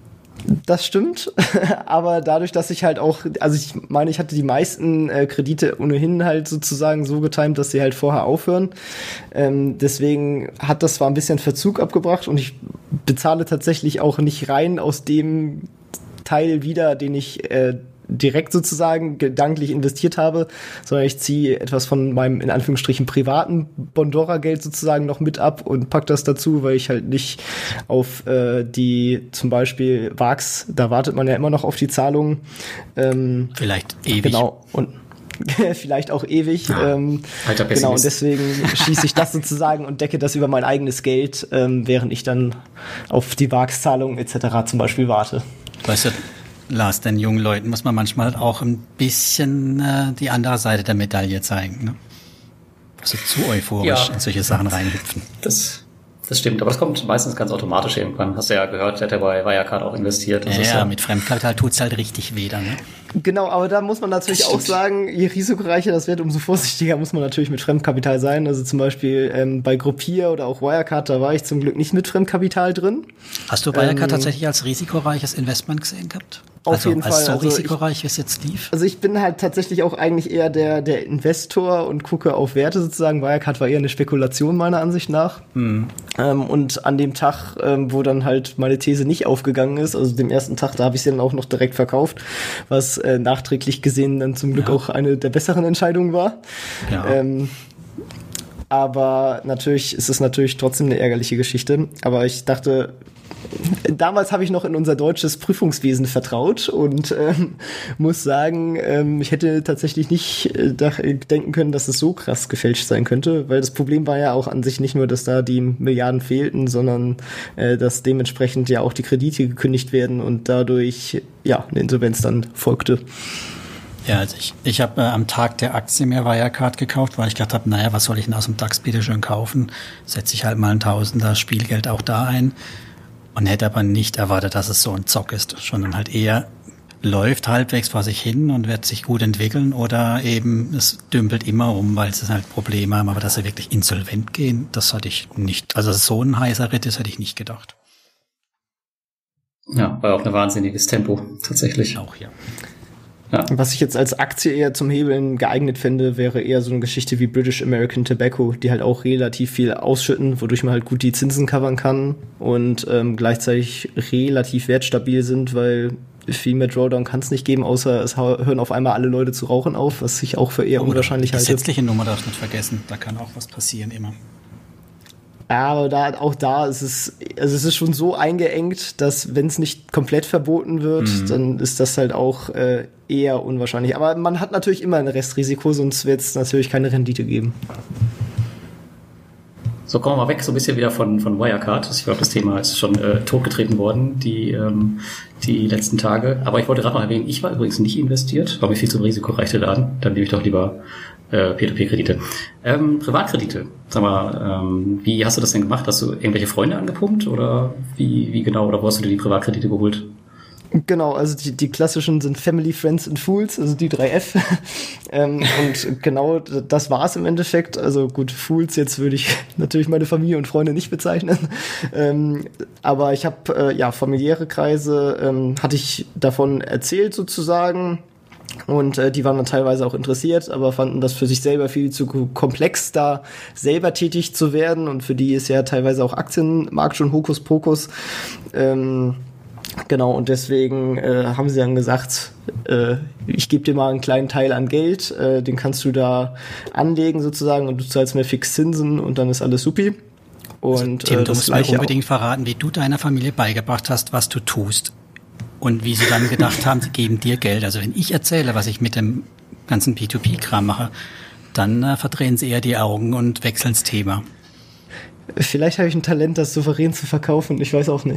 Das stimmt, aber dadurch, dass ich halt auch, also ich meine, ich hatte die meisten Kredite ohnehin halt sozusagen so getimt, dass sie halt vorher aufhören. Deswegen hat das zwar ein bisschen Verzug abgebracht und ich bezahle tatsächlich auch nicht rein aus dem Teil wieder, den ich direkt sozusagen gedanklich investiert habe, sondern ich ziehe etwas von meinem in Anführungsstrichen privaten Bondora-Geld sozusagen noch mit ab und pack das dazu, weil ich halt nicht auf die zum Beispiel VAX, da wartet man ja immer noch auf die Zahlungen. Vielleicht ewig. Genau, und vielleicht auch ewig. Genau, und deswegen schieße ich das sozusagen und decke das über mein eigenes Geld, während ich dann auf die VAX-Zahlungen etc. zum Beispiel warte. Weißt du, Lars, den jungen Leuten muss man manchmal auch ein bisschen die andere Seite der Medaille zeigen. Ne? Also zu euphorisch in solche Sachen reinhüpfen. Das stimmt, aber das kommt meistens ganz automatisch irgendwann. Hast du ja gehört, der hat ja bei Wirecard auch investiert. Ja, mit Fremdkapital tut's halt richtig weh dann. Ne? Genau, aber da muss man natürlich auch sagen, je risikoreicher das wird, umso vorsichtiger muss man natürlich mit Fremdkapital sein. Also zum Beispiel bei Gruppier oder auch Wirecard, da war ich zum Glück nicht mit Fremdkapital drin. Hast du Wirecard tatsächlich als risikoreiches Investment gesehen gehabt? Auf jeden Fall. So risikoreich, wie es jetzt lief? Also ich bin halt tatsächlich auch eigentlich eher der Investor und gucke auf Werte sozusagen. Wirecard war eher eine Spekulation meiner Ansicht nach. Und an dem Tag, wo dann halt meine These nicht aufgegangen ist, also dem ersten Tag, da habe ich sie dann auch noch direkt verkauft, was nachträglich gesehen dann zum Glück auch eine der besseren Entscheidungen war. Ja. Aber natürlich ist es natürlich trotzdem eine ärgerliche Geschichte. Aber ich dachte, damals habe ich noch in unser deutsches Prüfungswesen vertraut und muss sagen, ich hätte tatsächlich nicht denken können, dass es so krass gefälscht sein könnte, weil das Problem war ja auch an sich nicht nur, dass da die Milliarden fehlten, sondern dass dementsprechend ja auch die Kredite gekündigt werden und dadurch ja eine Insolvenz dann folgte. Ja, also ich habe am Tag der Aktie mir Wirecard gekauft, weil ich gedacht habe, naja, was soll ich denn aus dem DAX bitte schön kaufen? Setze ich halt mal ein Tausender Spielgeld auch da ein. Und hätte aber nicht erwartet, dass es so ein Zock ist, sondern halt eher läuft halbwegs vor sich hin und wird sich gut entwickeln oder eben es dümpelt immer um, weil sie halt Probleme haben, aber dass sie wirklich insolvent gehen, das hatte ich nicht. Also so ein heißer Ritt, das hätte ich nicht gedacht. Ja, war auch ein wahnsinniges Tempo, tatsächlich. Auch, ja. Ja. Was ich jetzt als Aktie eher zum Hebeln geeignet fände, wäre eher so eine Geschichte wie British American Tobacco, die halt auch relativ viel ausschütten, wodurch man halt gut die Zinsen covern kann und gleichzeitig relativ wertstabil sind, weil viel mehr Drawdown kann es nicht geben, außer es hören auf einmal alle Leute zu rauchen auf, was ich auch für eher unwahrscheinlich halte. Die gesetzliche Nummer darfst du nicht vergessen, da kann auch was passieren immer. Ja, aber auch da ist es ist schon so eingeengt, dass wenn es nicht komplett verboten wird, dann ist das halt auch eher unwahrscheinlich. Aber man hat natürlich immer ein Restrisiko, sonst wird es natürlich keine Rendite geben. So, kommen wir mal weg, so ein bisschen wieder von Wirecard. Ich glaube, das Thema ist schon totgetreten worden, die letzten Tage. Aber ich wollte gerade noch erwähnen, ich war übrigens nicht investiert, war mir viel zu risikoreich der Laden. Dann nehme ich doch lieber P2P-Kredite. Privatkredite, sag mal, wie hast du das denn gemacht? Hast du irgendwelche Freunde angepumpt oder wie genau, oder wo hast du dir die Privatkredite geholt? Genau, also die klassischen sind Family, Friends and Fools, also die 3F. Und genau das war es im Endeffekt. Also gut, Fools, jetzt würde ich natürlich meine Familie und Freunde nicht bezeichnen. Aber ich habe familiäre Kreise, hatte ich davon erzählt sozusagen. Und die waren dann teilweise auch interessiert, aber fanden das für sich selber viel zu komplex, da selber tätig zu werden. Und für die ist ja teilweise auch Aktienmarkt schon Hokuspokus. Genau, und deswegen haben sie dann gesagt, ich gebe dir mal einen kleinen Teil an Geld, den kannst du da anlegen sozusagen und du zahlst mir fix Zinsen und dann ist alles supi. Und also, Tim, du musst mir unbedingt verraten, wie du deiner Familie beigebracht hast, was du tust. Und wie sie dann gedacht haben, sie geben dir Geld. Also wenn ich erzähle, was ich mit dem ganzen P2P-Kram mache, dann verdrehen sie eher die Augen und wechseln das Thema. Vielleicht habe ich ein Talent, das souverän zu verkaufen. Ich weiß auch nicht.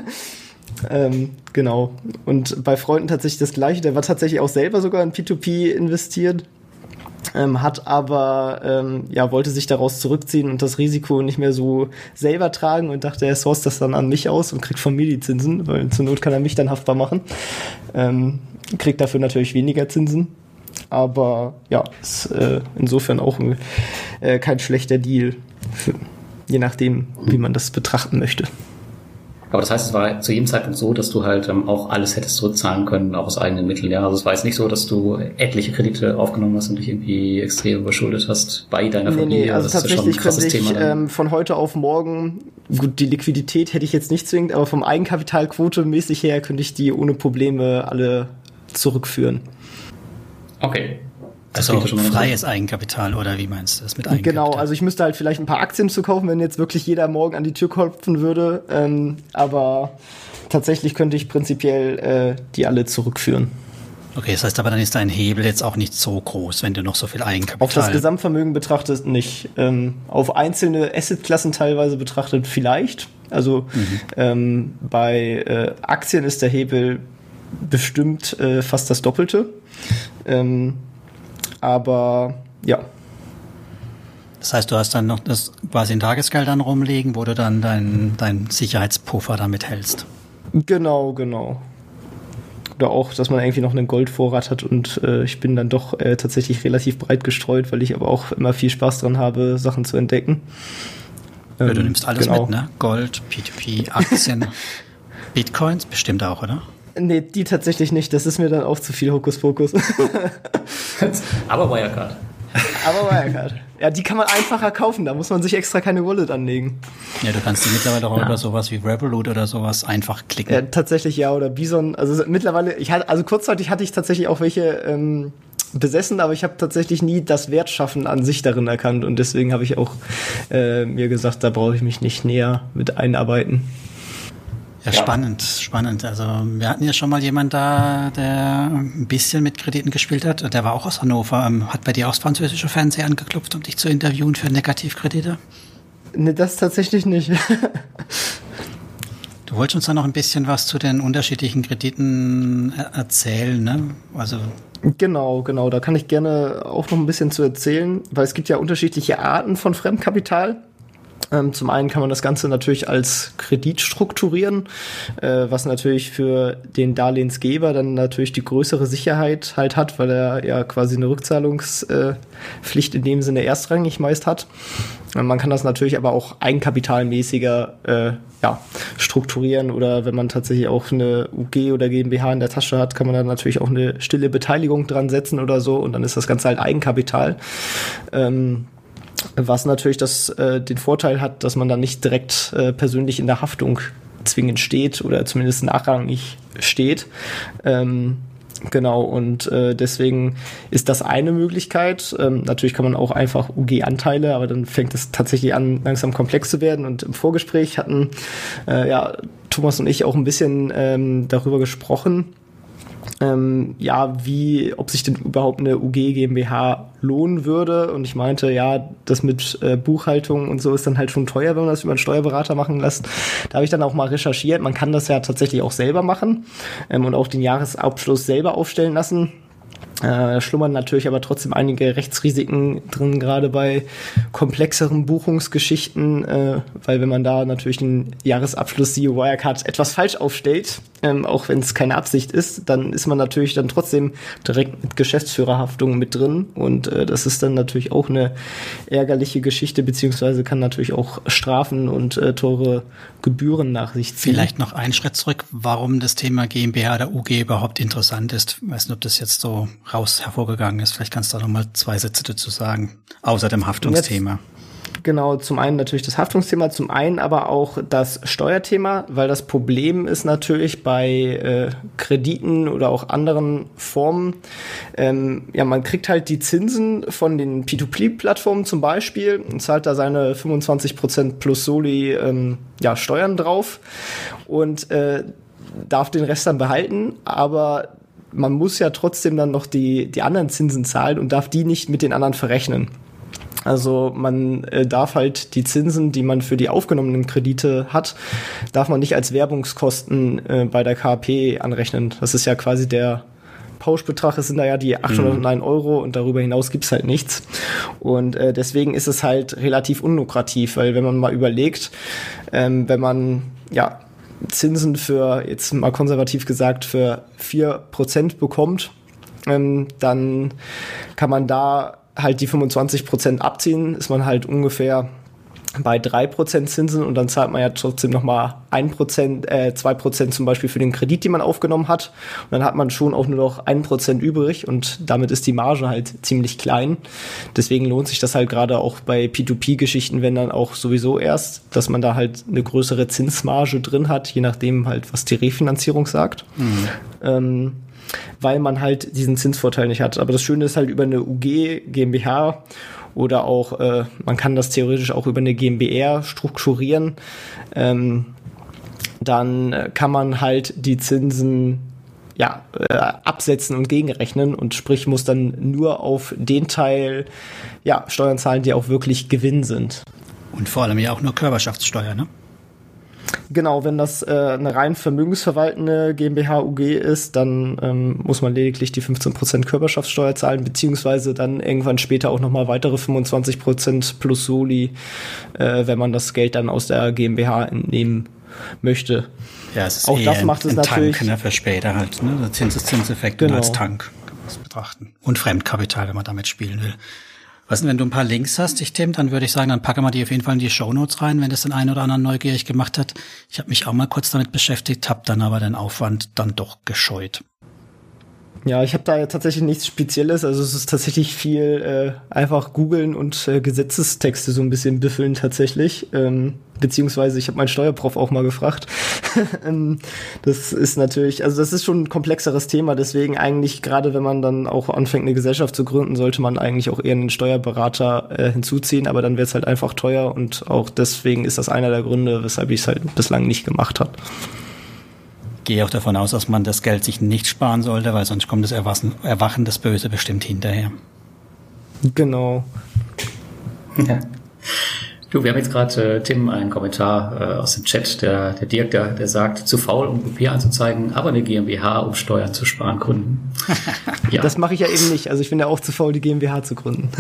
Genau. Und bei Freunden tatsächlich das Gleiche. Der war tatsächlich auch selber sogar in P2P investiert. Hat aber, wollte sich daraus zurückziehen und das Risiko nicht mehr so selber tragen und dachte, er sourced das dann an mich aus und kriegt von mir die Zinsen, weil zur Not kann er mich dann haftbar machen. Kriegt dafür natürlich weniger Zinsen. Aber ja, ist insofern auch kein schlechter Deal, je nachdem, wie man das betrachten möchte. Aber das heißt, es war zu jedem Zeitpunkt so, dass du halt auch alles hättest zurückzahlen können, auch aus eigenen Mitteln. Ja, also es war jetzt nicht so, dass du etliche Kredite aufgenommen hast und dich irgendwie extrem überschuldet hast bei deiner Familie. Nee, also das tatsächlich ist ja schon ein krasses könnte ich von heute auf morgen, gut, die Liquidität hätte ich jetzt nicht zwingend, aber vom Eigenkapitalquote mäßig her könnte ich die ohne Probleme alle zurückführen. Okay. Also freies Eigenkapital, oder wie meinst du das mit Eigenkapital? Genau, also ich müsste halt vielleicht ein paar Aktien zu kaufen, wenn jetzt wirklich jeder morgen an die Tür klopfen würde. Aber tatsächlich könnte ich prinzipiell die alle zurückführen. Okay, das heißt aber, dann ist dein Hebel jetzt auch nicht so groß, wenn du noch so viel Eigenkapital... Auf das Gesamtvermögen betrachtet nicht. Auf einzelne Assetklassen teilweise betrachtet vielleicht. Also bei Aktien ist der Hebel bestimmt fast das Doppelte. Aber ja. Das heißt, du hast dann noch das quasi in Tagesgeldern rumliegen, wo du dann dein Sicherheitspuffer damit hältst. Genau. Oder auch, dass man irgendwie noch einen Goldvorrat hat und ich bin dann doch tatsächlich relativ breit gestreut, weil ich aber auch immer viel Spaß dran habe, Sachen zu entdecken. Ja, du nimmst alles mit, ne? Gold, P2P, Aktien, Bitcoins bestimmt auch, oder? Nee, die tatsächlich nicht. Das ist mir dann auch zu viel Hokuspokus. Aber Wirecard. Ja, die kann man einfacher kaufen. Da muss man sich extra keine Wallet anlegen. Ja, du kannst die mittlerweile auch über sowas wie Revolut oder sowas einfach klicken. Ja, tatsächlich ja. Oder Bison. Also mittlerweile, kurzzeitig hatte ich tatsächlich auch welche besessen, aber ich habe tatsächlich nie das Wertschaffen an sich darin erkannt. Und deswegen habe ich auch mir gesagt, da brauche ich mich nicht näher mit einarbeiten. Ja, spannend. Also wir hatten ja schon mal jemand da, der ein bisschen mit Krediten gespielt hat. Der war auch aus Hannover. Hat bei dir auch das französische Fernsehen angeklopft, um dich zu interviewen für Negativkredite? Nee, das tatsächlich nicht. Du wolltest uns da noch ein bisschen was zu den unterschiedlichen Krediten erzählen, ne? Also Genau. Da kann ich gerne auch noch ein bisschen zu erzählen, weil es gibt ja unterschiedliche Arten von Fremdkapital. Zum einen kann man das Ganze natürlich als Kredit strukturieren, was natürlich für den Darlehensgeber dann natürlich die größere Sicherheit halt hat, weil er ja quasi eine Rückzahlungspflicht in dem Sinne erstrangig meist hat. Man kann das natürlich aber auch eigenkapitalmäßiger strukturieren, oder wenn man tatsächlich auch eine UG oder GmbH in der Tasche hat, kann man dann natürlich auch eine stille Beteiligung dran setzen oder so, und dann ist das Ganze halt Eigenkapital. Was natürlich den Vorteil hat, dass man dann nicht direkt persönlich in der Haftung zwingend steht oder zumindest nachrangig steht. Genau, und deswegen ist das eine Möglichkeit. Natürlich kann man auch einfach UG-Anteile, aber dann fängt es tatsächlich an, langsam komplex zu werden. Und im Vorgespräch hatten Thomas und ich auch ein bisschen darüber gesprochen, ob sich denn überhaupt eine UG GmbH lohnen würde. Und ich meinte, ja, das mit Buchhaltung und so ist dann halt schon teuer, wenn man das über einen Steuerberater machen lässt. Da habe ich dann auch mal recherchiert. Man kann das ja tatsächlich auch selber machen und auch den Jahresabschluss selber aufstellen lassen. Schlummern natürlich aber trotzdem einige Rechtsrisiken drin, gerade bei komplexeren Buchungsgeschichten, weil wenn man da natürlich den Jahresabschluss siehe Wirecard etwas falsch aufstellt, auch wenn es keine Absicht ist, dann ist man natürlich dann trotzdem direkt mit Geschäftsführerhaftung mit drin, und das ist dann natürlich auch eine ärgerliche Geschichte, beziehungsweise kann natürlich auch Strafen und teure Gebühren nach sich ziehen. Vielleicht noch einen Schritt zurück, warum das Thema GmbH oder UG überhaupt interessant ist. Ich weiß nicht, ob das jetzt so hervorgegangen ist. Vielleicht kannst du da noch mal 2 Sätze dazu sagen, außer dem Haftungsthema. Genau, zum einen natürlich das Haftungsthema, zum einen aber auch das Steuerthema, weil das Problem ist natürlich bei Krediten oder auch anderen Formen, man kriegt halt die Zinsen von den P2P-Plattformen zum Beispiel und zahlt da seine 25% plus Soli Steuern drauf und darf den Rest dann behalten, aber man muss ja trotzdem dann noch die anderen Zinsen zahlen und darf die nicht mit den anderen verrechnen. Also man darf halt die Zinsen, die man für die aufgenommenen Kredite hat, darf man nicht als Werbungskosten bei der KAP anrechnen. Das ist ja quasi der Pauschbetrag, es sind da ja die 809 Euro und darüber hinaus gibt's halt nichts. Und deswegen ist es halt relativ unlukrativ, weil wenn man mal überlegt, wenn man Zinsen für, jetzt mal konservativ gesagt, für 4% bekommt, dann kann man da halt die 25% abziehen, ist man halt ungefähr bei 3% Zinsen und dann zahlt man ja trotzdem nochmal 2% zum Beispiel für den Kredit, den man aufgenommen hat. Und dann hat man schon auch nur noch 1% übrig und damit ist die Marge halt ziemlich klein. Deswegen lohnt sich das halt gerade auch bei P2P-Geschichten, wenn dann auch sowieso erst, dass man da halt eine größere Zinsmarge drin hat, je nachdem halt, was die Refinanzierung sagt. Weil man halt diesen Zinsvorteil nicht hat. Aber das Schöne ist halt über eine UG, GmbH oder auch, man kann das theoretisch auch über eine GmbR strukturieren, dann kann man halt die Zinsen absetzen und gegenrechnen und sprich muss dann nur auf den Teil Steuern zahlen, die auch wirklich Gewinn sind. Und vor allem ja auch nur Körperschaftssteuer, ne? Genau, wenn das eine rein vermögensverwaltende GmbH UG ist, dann muss man lediglich die 15% Körperschaftssteuer zahlen, beziehungsweise dann irgendwann später auch nochmal weitere 25% plus Soli, wenn man das Geld dann aus der GmbH entnehmen möchte. Ja, es ist auch das macht es natürlich Tank, ne, für später halt, ne? Der Zinseszinseffekt genau. Als Tank betrachten. Und Fremdkapital, wenn man damit spielen will. Was denn, wenn du ein paar Links hast, Tim, dann würde ich sagen, dann packen wir die auf jeden Fall in die Shownotes rein, wenn das den einen oder anderen neugierig gemacht hat. Ich habe mich auch mal kurz damit beschäftigt, habe dann aber den Aufwand dann doch gescheut. Ja, ich habe da ja tatsächlich nichts Spezielles, also es ist tatsächlich viel einfach googeln und Gesetzestexte so ein bisschen büffeln tatsächlich, beziehungsweise ich habe meinen Steuerprof auch mal gefragt. Das ist natürlich, also das ist schon ein komplexeres Thema, deswegen eigentlich gerade wenn man dann auch anfängt eine Gesellschaft zu gründen, sollte man eigentlich auch eher einen Steuerberater hinzuziehen, aber dann wird es halt einfach teuer und auch deswegen ist das einer der Gründe, weshalb ich es halt bislang nicht gemacht habe. Ich gehe auch davon aus, dass man das Geld sich nicht sparen sollte, weil sonst kommt das Erwachen des Böse bestimmt hinterher. Genau. Ja. Du, wir haben jetzt gerade, Tim, einen Kommentar aus dem Chat, der Dirk, der sagt, zu faul, um Papier anzuzeigen, aber eine GmbH, um Steuern zu sparen, gründen. Ja. Das mache ich ja eben nicht. Also ich bin ja auch zu faul, die GmbH zu gründen.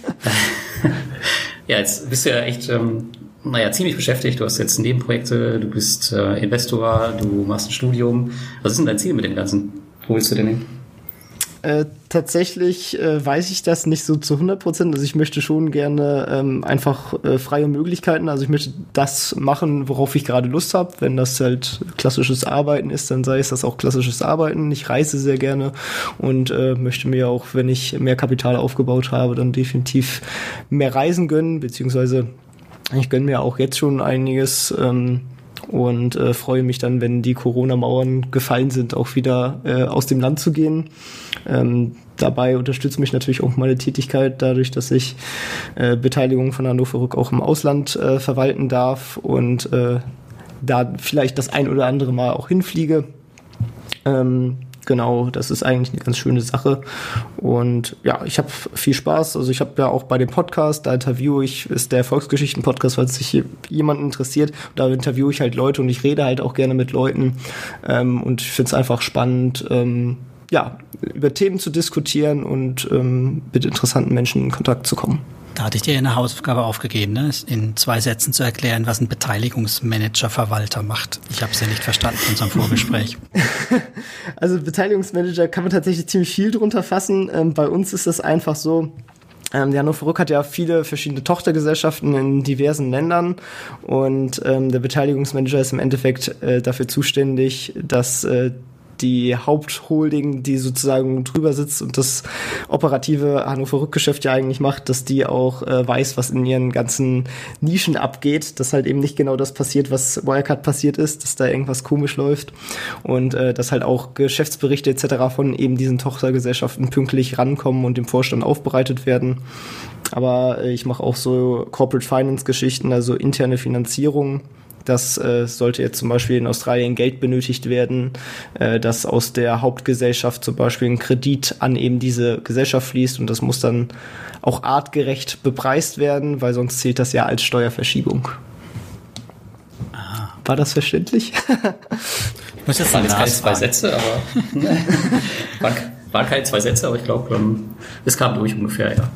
Ja, jetzt bist du ja echt ziemlich beschäftigt. Du hast jetzt Nebenprojekte, du bist Investor, du machst ein Studium. Was ist denn dein Ziel mit dem Ganzen? Wo willst du denn hin? Tatsächlich weiß ich das nicht so zu 100%. Also ich möchte schon gerne einfach freie Möglichkeiten. Also ich möchte das machen, worauf ich gerade Lust habe. Wenn das halt klassisches Arbeiten ist, dann sei es das auch klassisches Arbeiten. Ich reise sehr gerne und möchte mir auch, wenn ich mehr Kapital aufgebaut habe, dann definitiv mehr Reisen gönnen, beziehungsweise ich gönne mir auch jetzt schon einiges und freue mich dann, wenn die Corona-Mauern gefallen sind, auch wieder aus dem Land zu gehen. Dabei unterstützt mich natürlich auch meine Tätigkeit, dadurch, dass ich Beteiligungen von Hannover Rück auch im Ausland verwalten darf und da vielleicht das ein oder andere Mal auch hinfliege. Genau, das ist eigentlich eine ganz schöne Sache und ja, ich habe viel Spaß, also ich habe ja auch bei dem Podcast, da interviewe ich, ist der Volksgeschichten-Podcast, falls sich jemand interessiert, da interviewe ich halt Leute und ich rede halt auch gerne mit Leuten und ich finde es einfach spannend, über Themen zu diskutieren und mit interessanten Menschen in Kontakt zu kommen. Da hatte ich dir eine Hausaufgabe aufgegeben, ne? In 2 Sätzen zu erklären, was ein Beteiligungsmanager-Verwalter macht. Ich habe es ja nicht verstanden in unserem Vorgespräch. Also Beteiligungsmanager kann man tatsächlich ziemlich viel drunter fassen. Bei uns ist es einfach so, die Hannover Rück hat ja viele verschiedene Tochtergesellschaften in diversen Ländern und der Beteiligungsmanager ist im Endeffekt dafür zuständig, dass die Hauptholding, die sozusagen drüber sitzt und das operative Hannover Rückgeschäft ja eigentlich macht, dass die auch weiß, was in ihren ganzen Nischen abgeht, dass halt eben nicht genau das passiert, was Wirecard passiert ist, dass da irgendwas komisch läuft und dass halt auch Geschäftsberichte etc. von eben diesen Tochtergesellschaften pünktlich rankommen und dem Vorstand aufbereitet werden. Aber ich mache auch so Corporate Finance Geschichten, also interne Finanzierung. Das sollte jetzt zum Beispiel in Australien Geld benötigt werden, dass aus der Hauptgesellschaft zum Beispiel ein Kredit an eben diese Gesellschaft fließt und das muss dann auch artgerecht bepreist werden, weil sonst zählt das ja als Steuerverschiebung. Ah. War das verständlich? Ich muss jetzt sagen, keine 2 Sätze, aber waren keine 2 Sätze, aber ich glaube, es kam durch ungefähr, ja.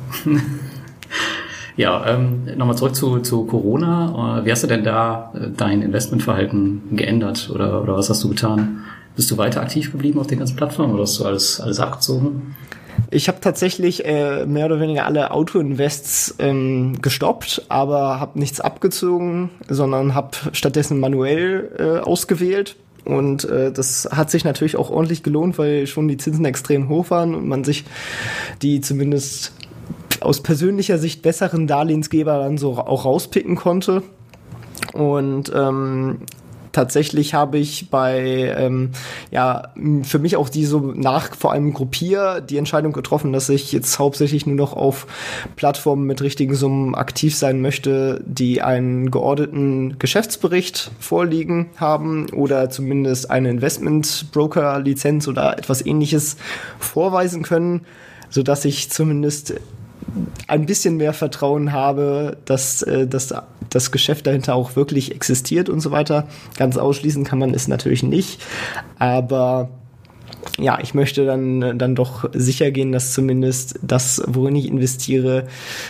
Ja, nochmal zurück zu Corona. Wie hast du denn da dein Investmentverhalten geändert oder was hast du getan? Bist du weiter aktiv geblieben auf den ganzen Plattformen oder hast du alles abgezogen? Ich habe tatsächlich mehr oder weniger alle Auto-Invests gestoppt, aber habe nichts abgezogen, sondern habe stattdessen manuell ausgewählt. Und das hat sich natürlich auch ordentlich gelohnt, weil schon die Zinsen extrem hoch waren und man sich die zumindest aus persönlicher Sicht besseren Darlehensgeber dann so auch rauspicken konnte. Und tatsächlich habe ich bei, für mich auch die so vor allem die Entscheidung getroffen, dass ich jetzt hauptsächlich nur noch auf Plattformen mit richtigen Summen aktiv sein möchte, die einen geordneten Geschäftsbericht vorliegen haben oder zumindest eine Investment-Broker-Lizenz oder etwas Ähnliches vorweisen können, sodass ich zumindest ein bisschen mehr Vertrauen habe, dass das Geschäft dahinter auch wirklich existiert und so weiter. Ganz ausschließen kann man es natürlich nicht, aber ja, ich möchte dann doch sicher gehen, dass zumindest das, worin ich investiere,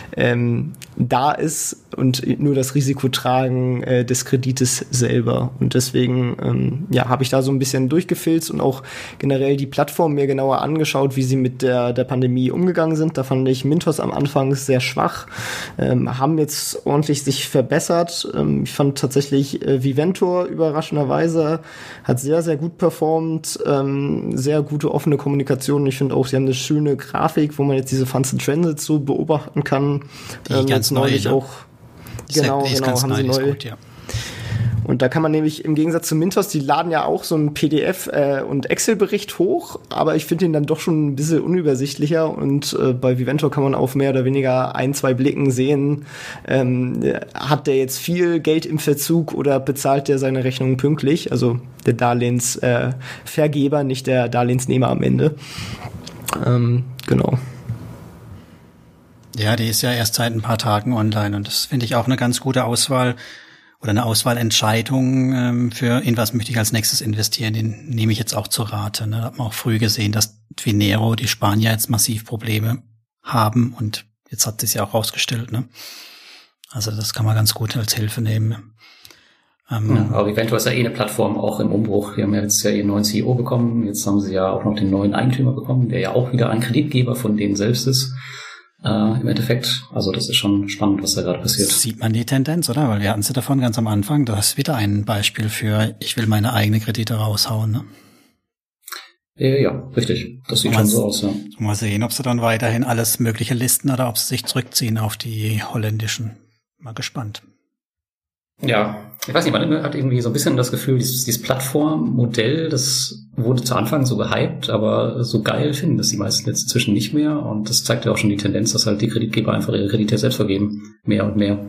da ist und nur das Risiko tragen des Kredites selber. Und deswegen habe ich da so ein bisschen durchgefilzt und auch generell die Plattform mir genauer angeschaut, wie sie mit der Pandemie umgegangen sind. Da fand ich Mintos am Anfang sehr schwach, haben jetzt ordentlich sich verbessert. Ich fand tatsächlich Viventor überraschenderweise hat sehr, sehr gut performt, sehr gute offene Kommunikation. Ich finde auch, sie haben eine schöne Grafik, wo man jetzt diese Funds and Transits so beobachten kann. Die ganz neulich auch. Genau, haben sie neu. Gut, ja. Und da kann man nämlich im Gegensatz zu Mintos, die laden ja auch so einen PDF- und Excel-Bericht hoch, aber ich finde ihn dann doch schon ein bisschen unübersichtlicher und bei Viventor kann man auf mehr oder weniger 1-2 Blicken sehen, hat der jetzt viel Geld im Verzug oder bezahlt der seine Rechnungen pünktlich, also der Darlehensvergeber, nicht der Darlehensnehmer am Ende. Genau. Ja, die ist ja erst seit ein paar Tagen online und das finde ich auch eine ganz gute Auswahl oder eine Auswahlentscheidung für in was möchte ich als nächstes investieren, den nehme ich jetzt auch zur Rate. Ne? Da hat man auch früh gesehen, dass Twinero, die Spanier jetzt massiv Probleme haben und jetzt hat es ja auch rausgestellt. Ne? Also das kann man ganz gut als Hilfe nehmen. Aber Viventor ist ja eine Plattform auch im Umbruch. Wir haben ja jetzt ihren neuen CEO bekommen, jetzt haben sie ja auch noch den neuen Eigentümer bekommen, der ja auch wieder ein Kreditgeber von denen selbst ist. Im Endeffekt, also das ist schon spannend, was da gerade passiert. Sieht man die Tendenz, oder? Weil wir hatten sie davon ganz am Anfang. Das ist wieder ein Beispiel für, ich will meine eigene Kredite raushauen. Ne? Ja, richtig. Das sieht schon so aus, ja. Mal sehen, ob sie dann weiterhin alles Mögliche listen oder ob sie sich zurückziehen auf die holländischen. Mal gespannt. Ja, ich weiß nicht, man hat irgendwie so ein bisschen das Gefühl, dieses Plattformmodell, das wurde zu Anfang so gehypt, aber so geil finden das die meisten jetzt inzwischen nicht mehr. Und das zeigt ja auch schon die Tendenz, dass halt die Kreditgeber einfach ihre Kredite selbst vergeben. Mehr und mehr.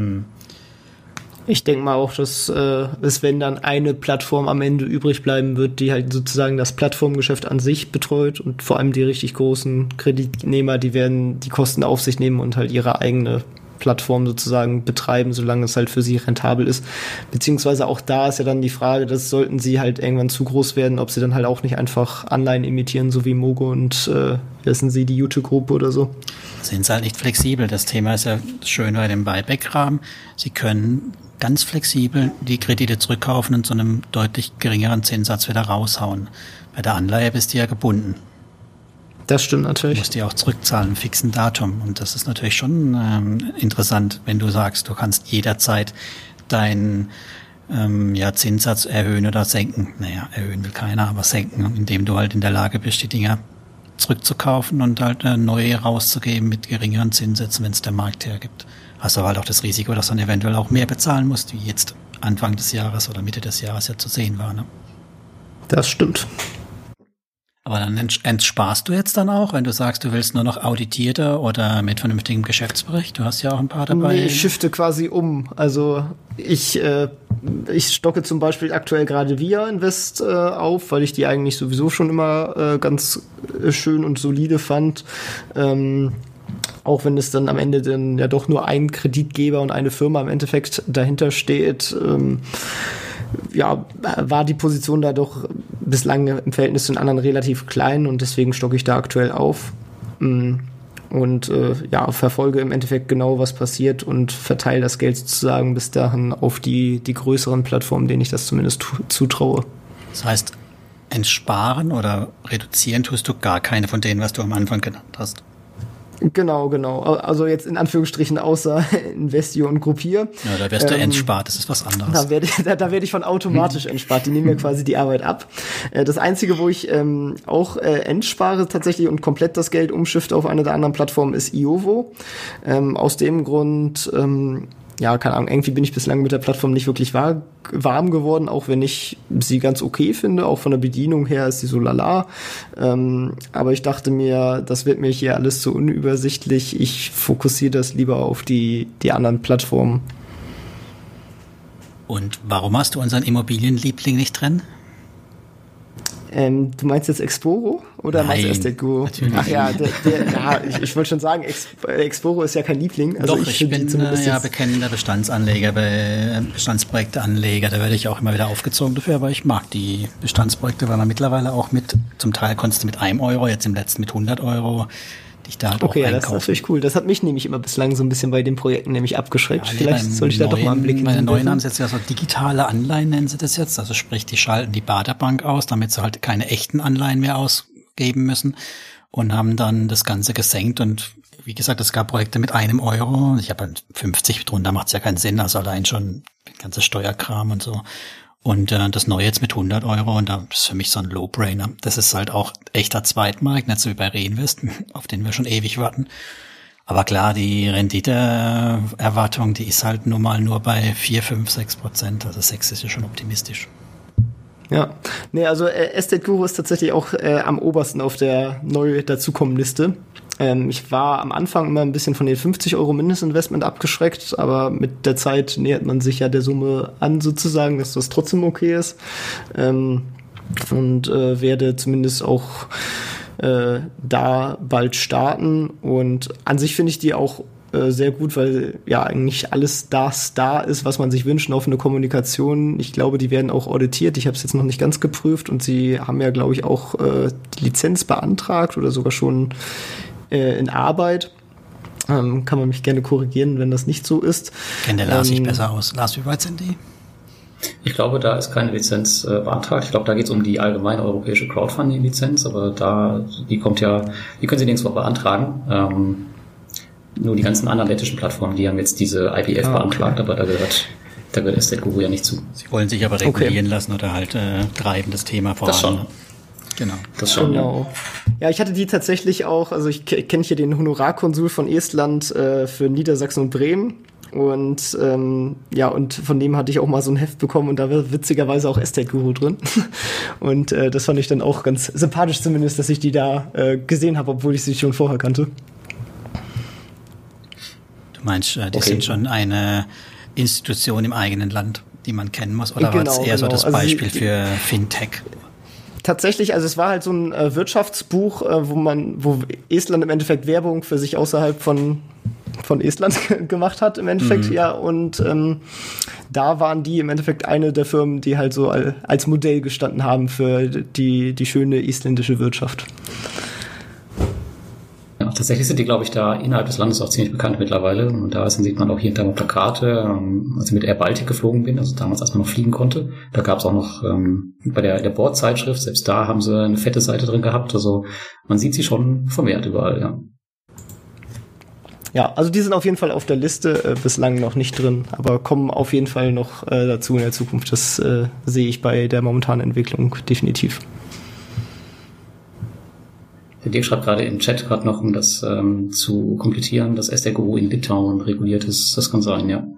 Ich denke mal auch, dass es, wenn dann eine Plattform am Ende übrig bleiben wird, die halt sozusagen das Plattformgeschäft an sich betreut und vor allem die richtig großen Kreditnehmer, die werden die Kosten auf sich nehmen und halt ihre eigene Plattform sozusagen betreiben, solange es halt für sie rentabel ist. Beziehungsweise auch da ist ja dann die Frage, dass sollten sie halt irgendwann zu groß werden, ob sie dann halt auch nicht einfach Anleihen imitieren, so wie Mogo und wissen sie, die YouTube-Gruppe oder so. Sind sie halt nicht flexibel. Das Thema ist ja schön bei dem Buyback-Rahmen. Sie können ganz flexibel die Kredite zurückkaufen und zu einem deutlich geringeren Zinssatz wieder raushauen. Bei der Anleihe bist du ja gebunden. Das stimmt natürlich. Du musst die auch zurückzahlen, im fixen Datum. Und das ist natürlich schon interessant, wenn du sagst, du kannst jederzeit deinen Zinssatz erhöhen oder senken. Naja, erhöhen will keiner, aber senken, indem du halt in der Lage bist, die Dinger zurückzukaufen und halt neue rauszugeben mit geringeren Zinssätzen, wenn es der Markt hergibt. Hast aber halt auch das Risiko, dass du dann eventuell auch mehr bezahlen musst, wie jetzt Anfang des Jahres oder Mitte des Jahres ja zu sehen war. Ne? Das stimmt. Aber dann entsparst du jetzt dann auch, wenn du sagst, du willst nur noch auditierte oder mit vernünftigem Geschäftsbericht? Du hast ja auch ein paar dabei. Nee, ich shifte quasi um. Also ich stocke zum Beispiel aktuell gerade Via Invest auf, weil ich die eigentlich sowieso schon immer ganz schön und solide fand. Auch wenn es dann am Ende dann ja doch nur ein Kreditgeber und eine Firma im Endeffekt dahinter steht, war die Position da doch bislang im Verhältnis zu den anderen relativ klein und deswegen stocke ich da aktuell auf und verfolge im Endeffekt genau, was passiert und verteile das Geld sozusagen bis dahin auf die größeren Plattformen, denen ich das zumindest zutraue. Das heißt, entsparen oder reduzieren tust du gar keine von denen, was du am Anfang genannt hast. Genau. Also jetzt in Anführungsstrichen außer Investio und Gruppier. Ja, da wirst du entspart, das ist was anderes. Da werde ich von automatisch entspart. Die nehmen mir quasi die Arbeit ab. Das Einzige, wo ich auch entspare tatsächlich und komplett das Geld umschifte auf eine der anderen Plattformen, ist Iovo. Aus dem Grund, ja, keine Ahnung, irgendwie bin ich bislang mit der Plattform nicht wirklich warm geworden, auch wenn ich sie ganz okay finde, auch von der Bedienung her ist sie so lala. Aber ich dachte mir, das wird mir hier alles zu unübersichtlich. Ich fokussiere das lieber auf die anderen Plattformen. Und warum hast du unseren Immobilienliebling nicht drin? Du meinst jetzt Exporo oder Nein, meinst du Estate Guru? Ach ja, ich wollte schon sagen, Exporo ist ja kein Liebling. Also Doch, ich bin bekennender Bestandsanleger, Bestandsprojekteanleger. Da werde ich auch immer wieder aufgezogen dafür, aber ich mag die Bestandsprojekte, weil man mittlerweile auch zum Teil konntest du mit 1 Euro, jetzt im letzten mit 100 Euro, dich da halt auch einkaufen. Das ist natürlich cool. Das hat mich nämlich immer bislang so ein bisschen bei den Projekten nämlich abgeschreckt. Ja, vielleicht soll ich da doch mal einen Blick hinwerfen. Bei den neuen haben sie jetzt ja so digitale Anleihen, nennen sie das jetzt. Also sprich, die schalten die Baderbank aus, damit sie halt keine echten Anleihen mehr ausgeben müssen und haben dann das Ganze gesenkt. Und wie gesagt, es gab Projekte mit 1 Euro. Ich habe halt 50 drunter, macht es ja keinen Sinn. Also allein schon ganze Steuerkram und so. Und das Neue jetzt mit 100 Euro, und das ist für mich so ein Low-Brainer. Das ist halt auch echter Zweitmarkt, nicht so wie bei Reinvest, auf den wir schon ewig warten. Aber klar, die Renditeerwartung, die ist halt nun mal nur bei 4, 5, 6%. Also 6 ist ja schon optimistisch. Ja, nee, also Estate Guru ist tatsächlich auch am obersten auf der neu dazukommenden Liste. Ich war am Anfang immer ein bisschen von den 50 Euro Mindestinvestment abgeschreckt, aber mit der Zeit nähert man sich ja der Summe an sozusagen, dass das trotzdem okay ist. Und werde zumindest auch da bald starten. Und an sich finde ich die auch sehr gut, weil ja eigentlich alles das da ist, was man sich wünscht, offene Kommunikation. Ich glaube, die werden auch auditiert. Ich habe es jetzt noch nicht ganz geprüft und sie haben ja, glaube ich, auch die Lizenz beantragt oder sogar schon in Arbeit. Kann man mich gerne korrigieren, wenn das nicht so ist. Kennt der Lars sich besser aus. Lars, wie weit sind die? Ich glaube, da ist keine Lizenz beantragt. Ich glaube, da geht es um die allgemeine europäische Crowdfunding-Lizenz, aber die können Sie nirgendwo beantragen. Nur die ganzen anderen lettischen Plattformen, die haben jetzt diese IPF beantragt, aber da gehört Estate Guru ja nicht zu. Sie wollen sich aber regulieren lassen oder halt treiben das Thema voran. Das schon. Genau. Das schon, genau. Ja, ich hatte die tatsächlich auch, also ich kenne hier den Honorarkonsul von Estland für Niedersachsen und Bremen. Und und von dem hatte ich auch mal so ein Heft bekommen und da war witzigerweise auch Estate Guru drin. Und das fand ich dann auch ganz sympathisch zumindest, dass ich die da gesehen habe, obwohl ich sie schon vorher kannte. Du meinst, die sind schon eine Institution im eigenen Land, die man kennen muss? Oder war es eher so das Beispiel für Fintech? Tatsächlich, also es war halt so ein Wirtschaftsbuch, wo Estland im Endeffekt Werbung für sich außerhalb von Estland gemacht hat im Endeffekt, ja, und da waren die im Endeffekt eine der Firmen, die halt so als Modell gestanden haben für die schöne isländische Wirtschaft. Ja, tatsächlich sind die, glaube ich, da innerhalb des Landes auch ziemlich bekannt mittlerweile. Und da sieht man auch hier und da mal Plakate. Als ich mit Air Baltic geflogen bin, also damals, als man noch fliegen konnte, da gab es auch noch bei der Bordzeitschrift, selbst da haben sie eine fette Seite drin gehabt. Also man sieht sie schon vermehrt überall, ja. Ja, also die sind auf jeden Fall auf der Liste, bislang noch nicht drin, aber kommen auf jeden Fall noch dazu in der Zukunft. Das sehe ich bei der momentanen Entwicklung definitiv. Der Dirk schreibt gerade im Chat gerade noch, um das zu komplettieren, dass Estate Guru in Litauen reguliert ist. Das kann sein, ja.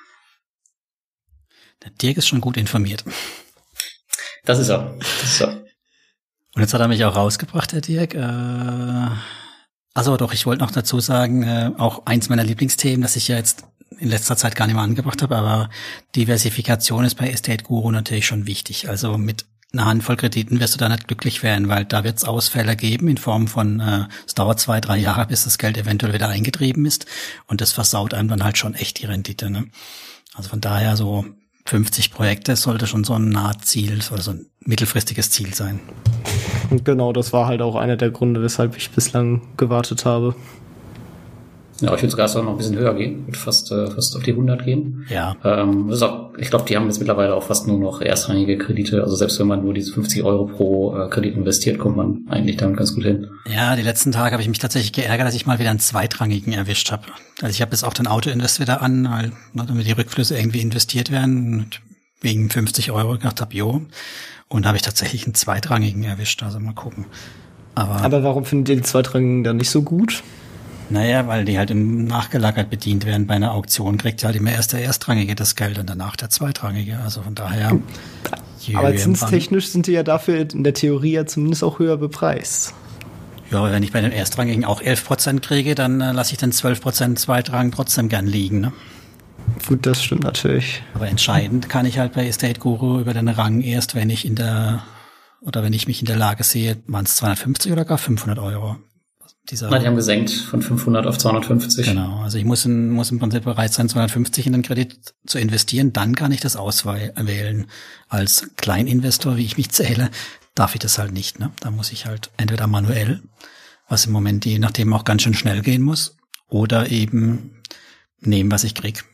Der Dirk ist schon gut informiert. Das ist er. Und jetzt hat er mich auch rausgebracht, der Dirk. Also doch, ich wollte noch dazu sagen, auch eins meiner Lieblingsthemen, das ich ja jetzt in letzter Zeit gar nicht mehr angebracht habe, aber Diversifikation ist bei Estate Guru natürlich schon wichtig. Also mit einer Handvoll Krediten wirst du da nicht glücklich werden, weil da wird es Ausfälle geben in Form von, es dauert 2, 3 Jahre, bis das Geld eventuell wieder eingetrieben ist und das versaut einem dann halt schon echt die Rendite, ne? Also von daher so 50 Projekte sollte schon so ein Nahziel oder so ein mittelfristiges Ziel sein. Und genau, das war halt auch einer der Gründe, weshalb ich bislang gewartet habe. Ja, ich würde sogar noch ein bisschen höher gehen, würde fast auf die 100 gehen. Ja. Das ist auch, ich glaube, die haben jetzt mittlerweile auch fast nur noch erstrangige Kredite. Also selbst wenn man nur diese 50 Euro pro Kredit investiert, kommt man eigentlich damit ganz gut hin. Ja, die letzten Tage habe ich mich tatsächlich geärgert, dass ich mal wieder einen zweitrangigen erwischt habe. Also ich habe jetzt auch den Autoinvest wieder an, weil damit die Rückflüsse irgendwie investiert werden. Und wegen 50 Euro gedacht habe, jo. Und habe ich tatsächlich einen zweitrangigen erwischt. Also mal gucken. Aber warum findet ihr die zweitrangigen dann nicht so gut? Naja, weil die halt im nachgelagert bedient werden. Bei einer Auktion kriegt halt immer erst der Erstrangige das Geld und danach der Zweitrangige. Also von daher. Aber zinstechnisch sind die ja dafür in der Theorie ja zumindest auch höher bepreist. Ja, aber wenn ich bei den Erstrangigen auch 11% kriege, dann lasse ich den 12% Zweitrang trotzdem gern liegen, ne? Gut, das stimmt natürlich. Aber entscheidend kann ich halt bei Estate Guru über den Rang erst, wenn ich mich in der Lage sehe, waren es 250 oder gar 500 Euro. Die haben gesenkt von 500 auf 250. Genau, also ich muss im Prinzip bereit sein, 250 in den Kredit zu investieren, dann kann ich das auswählen. Als Kleininvestor, wie ich mich zähle, darf ich das halt nicht, ne? Da muss ich halt entweder manuell, was im Moment je nachdem auch ganz schön schnell gehen muss, oder eben nehmen, was ich krieg.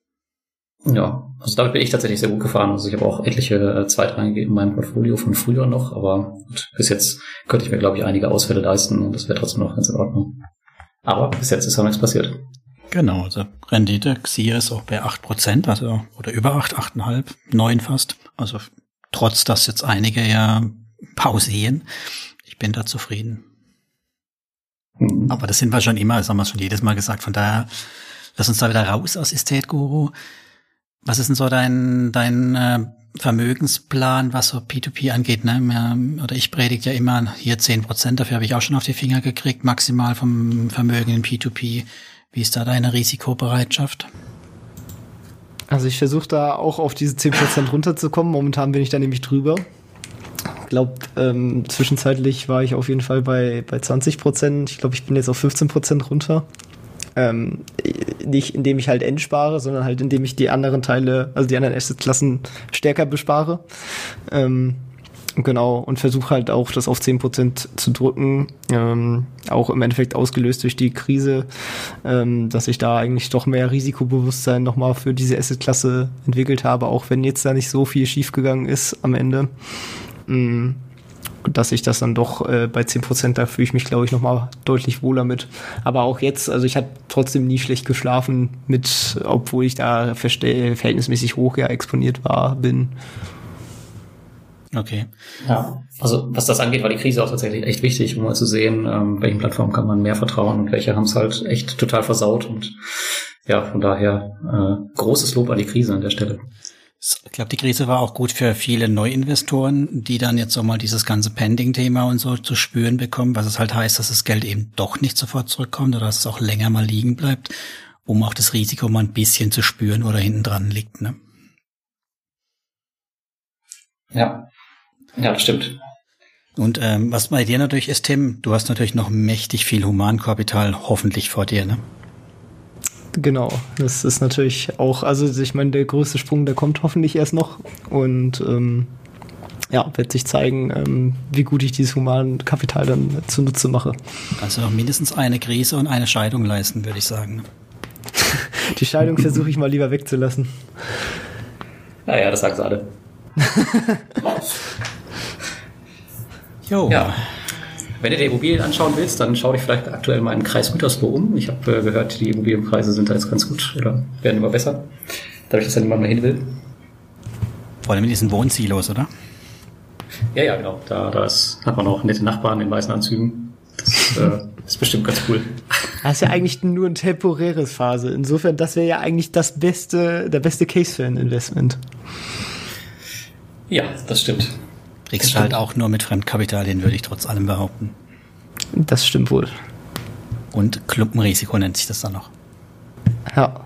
Ja, also damit bin ich tatsächlich sehr gut gefahren. Also ich habe auch etliche zweitrangige in meinem Portfolio von früher noch, aber gut, bis jetzt könnte ich mir, glaube ich, einige Ausfälle leisten und das wäre trotzdem noch ganz in Ordnung. Aber bis jetzt ist noch nichts passiert. Genau, also Rendite, XIR ist auch bei 8%, also oder über 8,5, 9 fast. Also trotz, dass jetzt einige ja pausieren, ich bin da zufrieden. Aber das sind wir schon immer, das haben wir schon jedes Mal gesagt, von daher lass uns da wieder raus aus Estate Guru. Was ist denn so dein Vermögensplan, was so P2P angeht? Ne? Oder ich predige ja immer hier 10%, dafür habe ich auch schon auf die Finger gekriegt, maximal vom Vermögen in P2P. Wie ist da deine Risikobereitschaft? Also ich versuche da auch auf diese 10% runterzukommen. Momentan bin ich da nämlich drüber. Ich glaube, zwischenzeitlich war ich auf jeden Fall bei 20%. Ich glaube, ich bin jetzt auf 15% runter. Nicht indem ich halt entspare, sondern halt indem ich die anderen Teile, also die anderen Assetklassen stärker bespare. Genau, und versuche halt auch das auf 10% zu drücken. Auch im Endeffekt ausgelöst durch die Krise, dass ich da eigentlich doch mehr Risikobewusstsein nochmal für diese Assetklasse entwickelt habe, auch wenn jetzt da nicht so viel schiefgegangen ist am Ende. Dass ich das dann doch bei 10%, da fühle ich mich, glaube ich, nochmal deutlich wohler mit. Aber auch jetzt, also ich habe trotzdem nie schlecht geschlafen obwohl ich da verhältnismäßig hoch exponiert bin. Okay. Ja, also was das angeht, war die Krise auch tatsächlich echt wichtig, um mal zu sehen, welchen Plattformen kann man mehr vertrauen und welche haben es halt echt total versaut. Und ja, von daher großes Lob an die Krise an der Stelle. Ich glaube, die Krise war auch gut für viele Neuinvestoren, die dann jetzt so mal dieses ganze Pending-Thema und so zu spüren bekommen, was es halt heißt, dass das Geld eben doch nicht sofort zurückkommt oder dass es auch länger mal liegen bleibt, um auch das Risiko mal ein bisschen zu spüren, wo da hinten dran liegt, ne? Ja, das stimmt. Und was bei dir natürlich ist, Tim, du hast natürlich noch mächtig viel Humankapital hoffentlich vor dir, ne? Genau, das ist natürlich auch, also ich meine, der größte Sprung, der kommt hoffentlich erst noch und wird sich zeigen, wie gut ich dieses Humankapital dann zunutze mache. Also mindestens eine Krise und eine Scheidung leisten, würde ich sagen. Die Scheidung versuche ich mal lieber wegzulassen. Ja, das sagen sie alle. Jo. Ja. Wenn du dir Immobilien anschauen willst, dann schau dich vielleicht aktuell mal im Kreis Gütersloh um. Ich habe gehört, die Immobilienpreise sind da jetzt ganz gut oder werden immer besser. Dadurch, dass da niemand mehr hin will. Vor allem in diesen Wohnsilos, oder? Ja, genau. Da hat man auch nette Nachbarn in weißen Anzügen. Das ist bestimmt ganz cool. Das ist ja eigentlich nur eine temporäre Phase. Insofern, das wäre ja eigentlich der beste Case für ein Investment. Ja, das stimmt. Kriegst du halt auch nur mit Fremdkapital hin, würde ich trotz allem behaupten. Das stimmt wohl. Und Klumpenrisiko nennt sich das dann noch. Ja.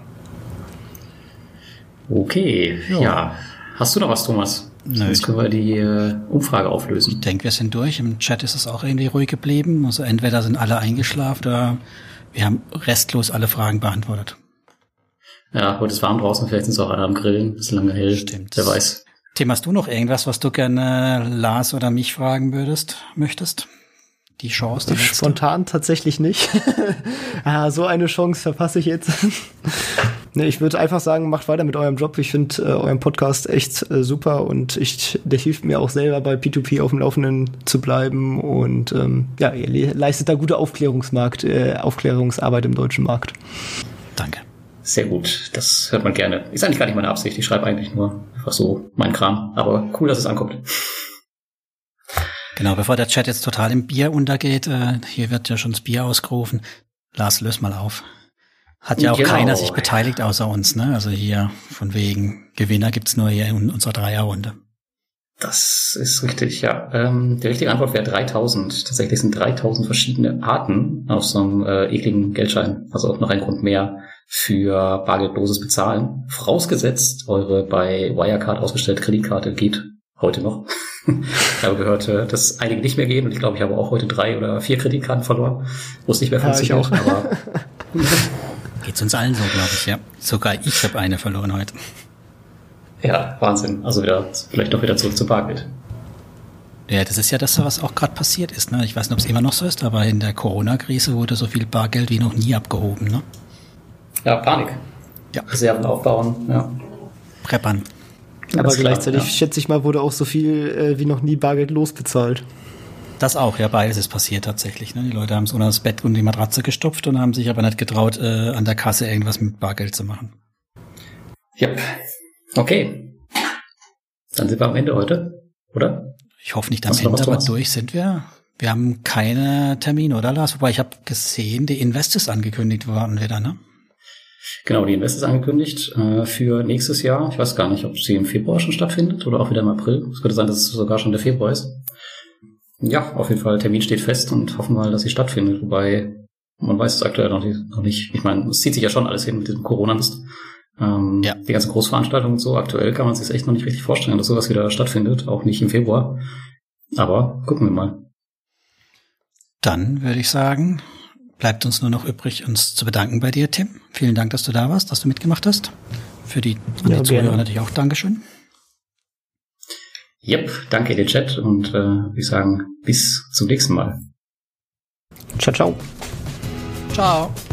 Okay, ja. Hast du noch was, Thomas? Nö. Jetzt können wir die Umfrage auflösen. Ich denke, wir sind durch. Im Chat ist es auch irgendwie ruhig geblieben. Also entweder sind alle eingeschlafen oder wir haben restlos alle Fragen beantwortet. Ja, heute ist warm draußen, vielleicht sind es auch alle am Grillen. Ist lange hell. Stimmt. Wer weiß. Tim, hast du noch irgendwas, was du gerne Lars oder mich fragen möchtest? die Chance? Die spontan tatsächlich nicht. So eine Chance verpasse ich jetzt. Nee, ich würde einfach sagen, macht weiter mit eurem Job. Ich finde euren Podcast echt super und der hilft mir auch selber bei P2P auf dem Laufenden zu bleiben und ihr leistet da gute Aufklärungsarbeit im deutschen Markt. Danke. Sehr gut, das hört man gerne. Ist eigentlich gar nicht meine Absicht, ich schreibe eigentlich nur einfach so meinen Kram, aber cool, dass es ankommt. Genau, bevor der Chat jetzt total im Bier untergeht, hier wird ja schon das Bier ausgerufen. Lars, löse mal auf. Hat ja auch keiner sich beteiligt außer uns, ne? Also hier von wegen Gewinner gibt's nur hier in unserer Dreierrunde. Das ist richtig, ja. Die richtige Antwort wäre 3000. Tatsächlich sind 3000 verschiedene Arten auf so einem ekligen Geldschein. Also auch noch ein Grund mehr für bargeldloses Bezahlen. Vorausgesetzt, eure bei Wirecard ausgestellte Kreditkarte geht heute noch. Ich habe gehört, dass einige nicht mehr gehen und ich glaube, ich habe auch heute 3 oder 4 Kreditkarten verloren. Wusste nicht, wer funktioniert, ich auch. Aber geht's uns allen so, glaube ich, ja. Sogar ich habe eine verloren heute. ja, Wahnsinn. Also vielleicht doch wieder zurück zu Bargeld. Ja, das ist ja das, was auch gerade passiert ist, ne? Ich weiß nicht, ob es immer noch so ist, aber in der Corona-Krise wurde so viel Bargeld wie noch nie abgehoben, ne? Ja, Panik. Ja. Reserven aufbauen, ja. Preppern. Aber gleichzeitig, schätze ich mal, wurde auch so viel wie noch nie Bargeld losbezahlt. Das auch, ja, beides ist passiert tatsächlich. Ne? Die Leute haben es unter das Bett und die Matratze gestopft und haben sich aber nicht getraut, an der Kasse irgendwas mit Bargeld zu machen. Yep. Okay. Dann sind wir am Ende heute, oder? Ich hoffe nicht am Ende, aber durch sind wir. Wir haben keine Termine, oder Lars? Wobei ich habe gesehen, die Invest ist angekündigt worden wieder, ne? Genau, die Invest ist angekündigt für nächstes Jahr. Ich weiß gar nicht, ob sie im Februar schon stattfindet oder auch wieder im April. Es könnte sein, dass es sogar schon der Februar ist. Ja, auf jeden Fall, Termin steht fest und hoffen mal, dass sie stattfindet. Wobei, man weiß es aktuell noch nicht. Ich meine, es zieht sich ja schon alles hin mit diesem Corona-Mist. Ja. Die ganzen Großveranstaltungen und so. Aktuell kann man sich echt noch nicht richtig vorstellen, dass sowas wieder stattfindet. Auch nicht im Februar. Aber gucken wir mal. Dann würde ich sagen, bleibt uns nur noch übrig, uns zu bedanken bei dir, Tim. Vielen Dank, dass du da warst, dass du mitgemacht hast. Für die Zuhörer natürlich auch Dankeschön. Yep, danke dir, Chat. Und wir sagen bis zum nächsten Mal. Ciao, ciao. Ciao.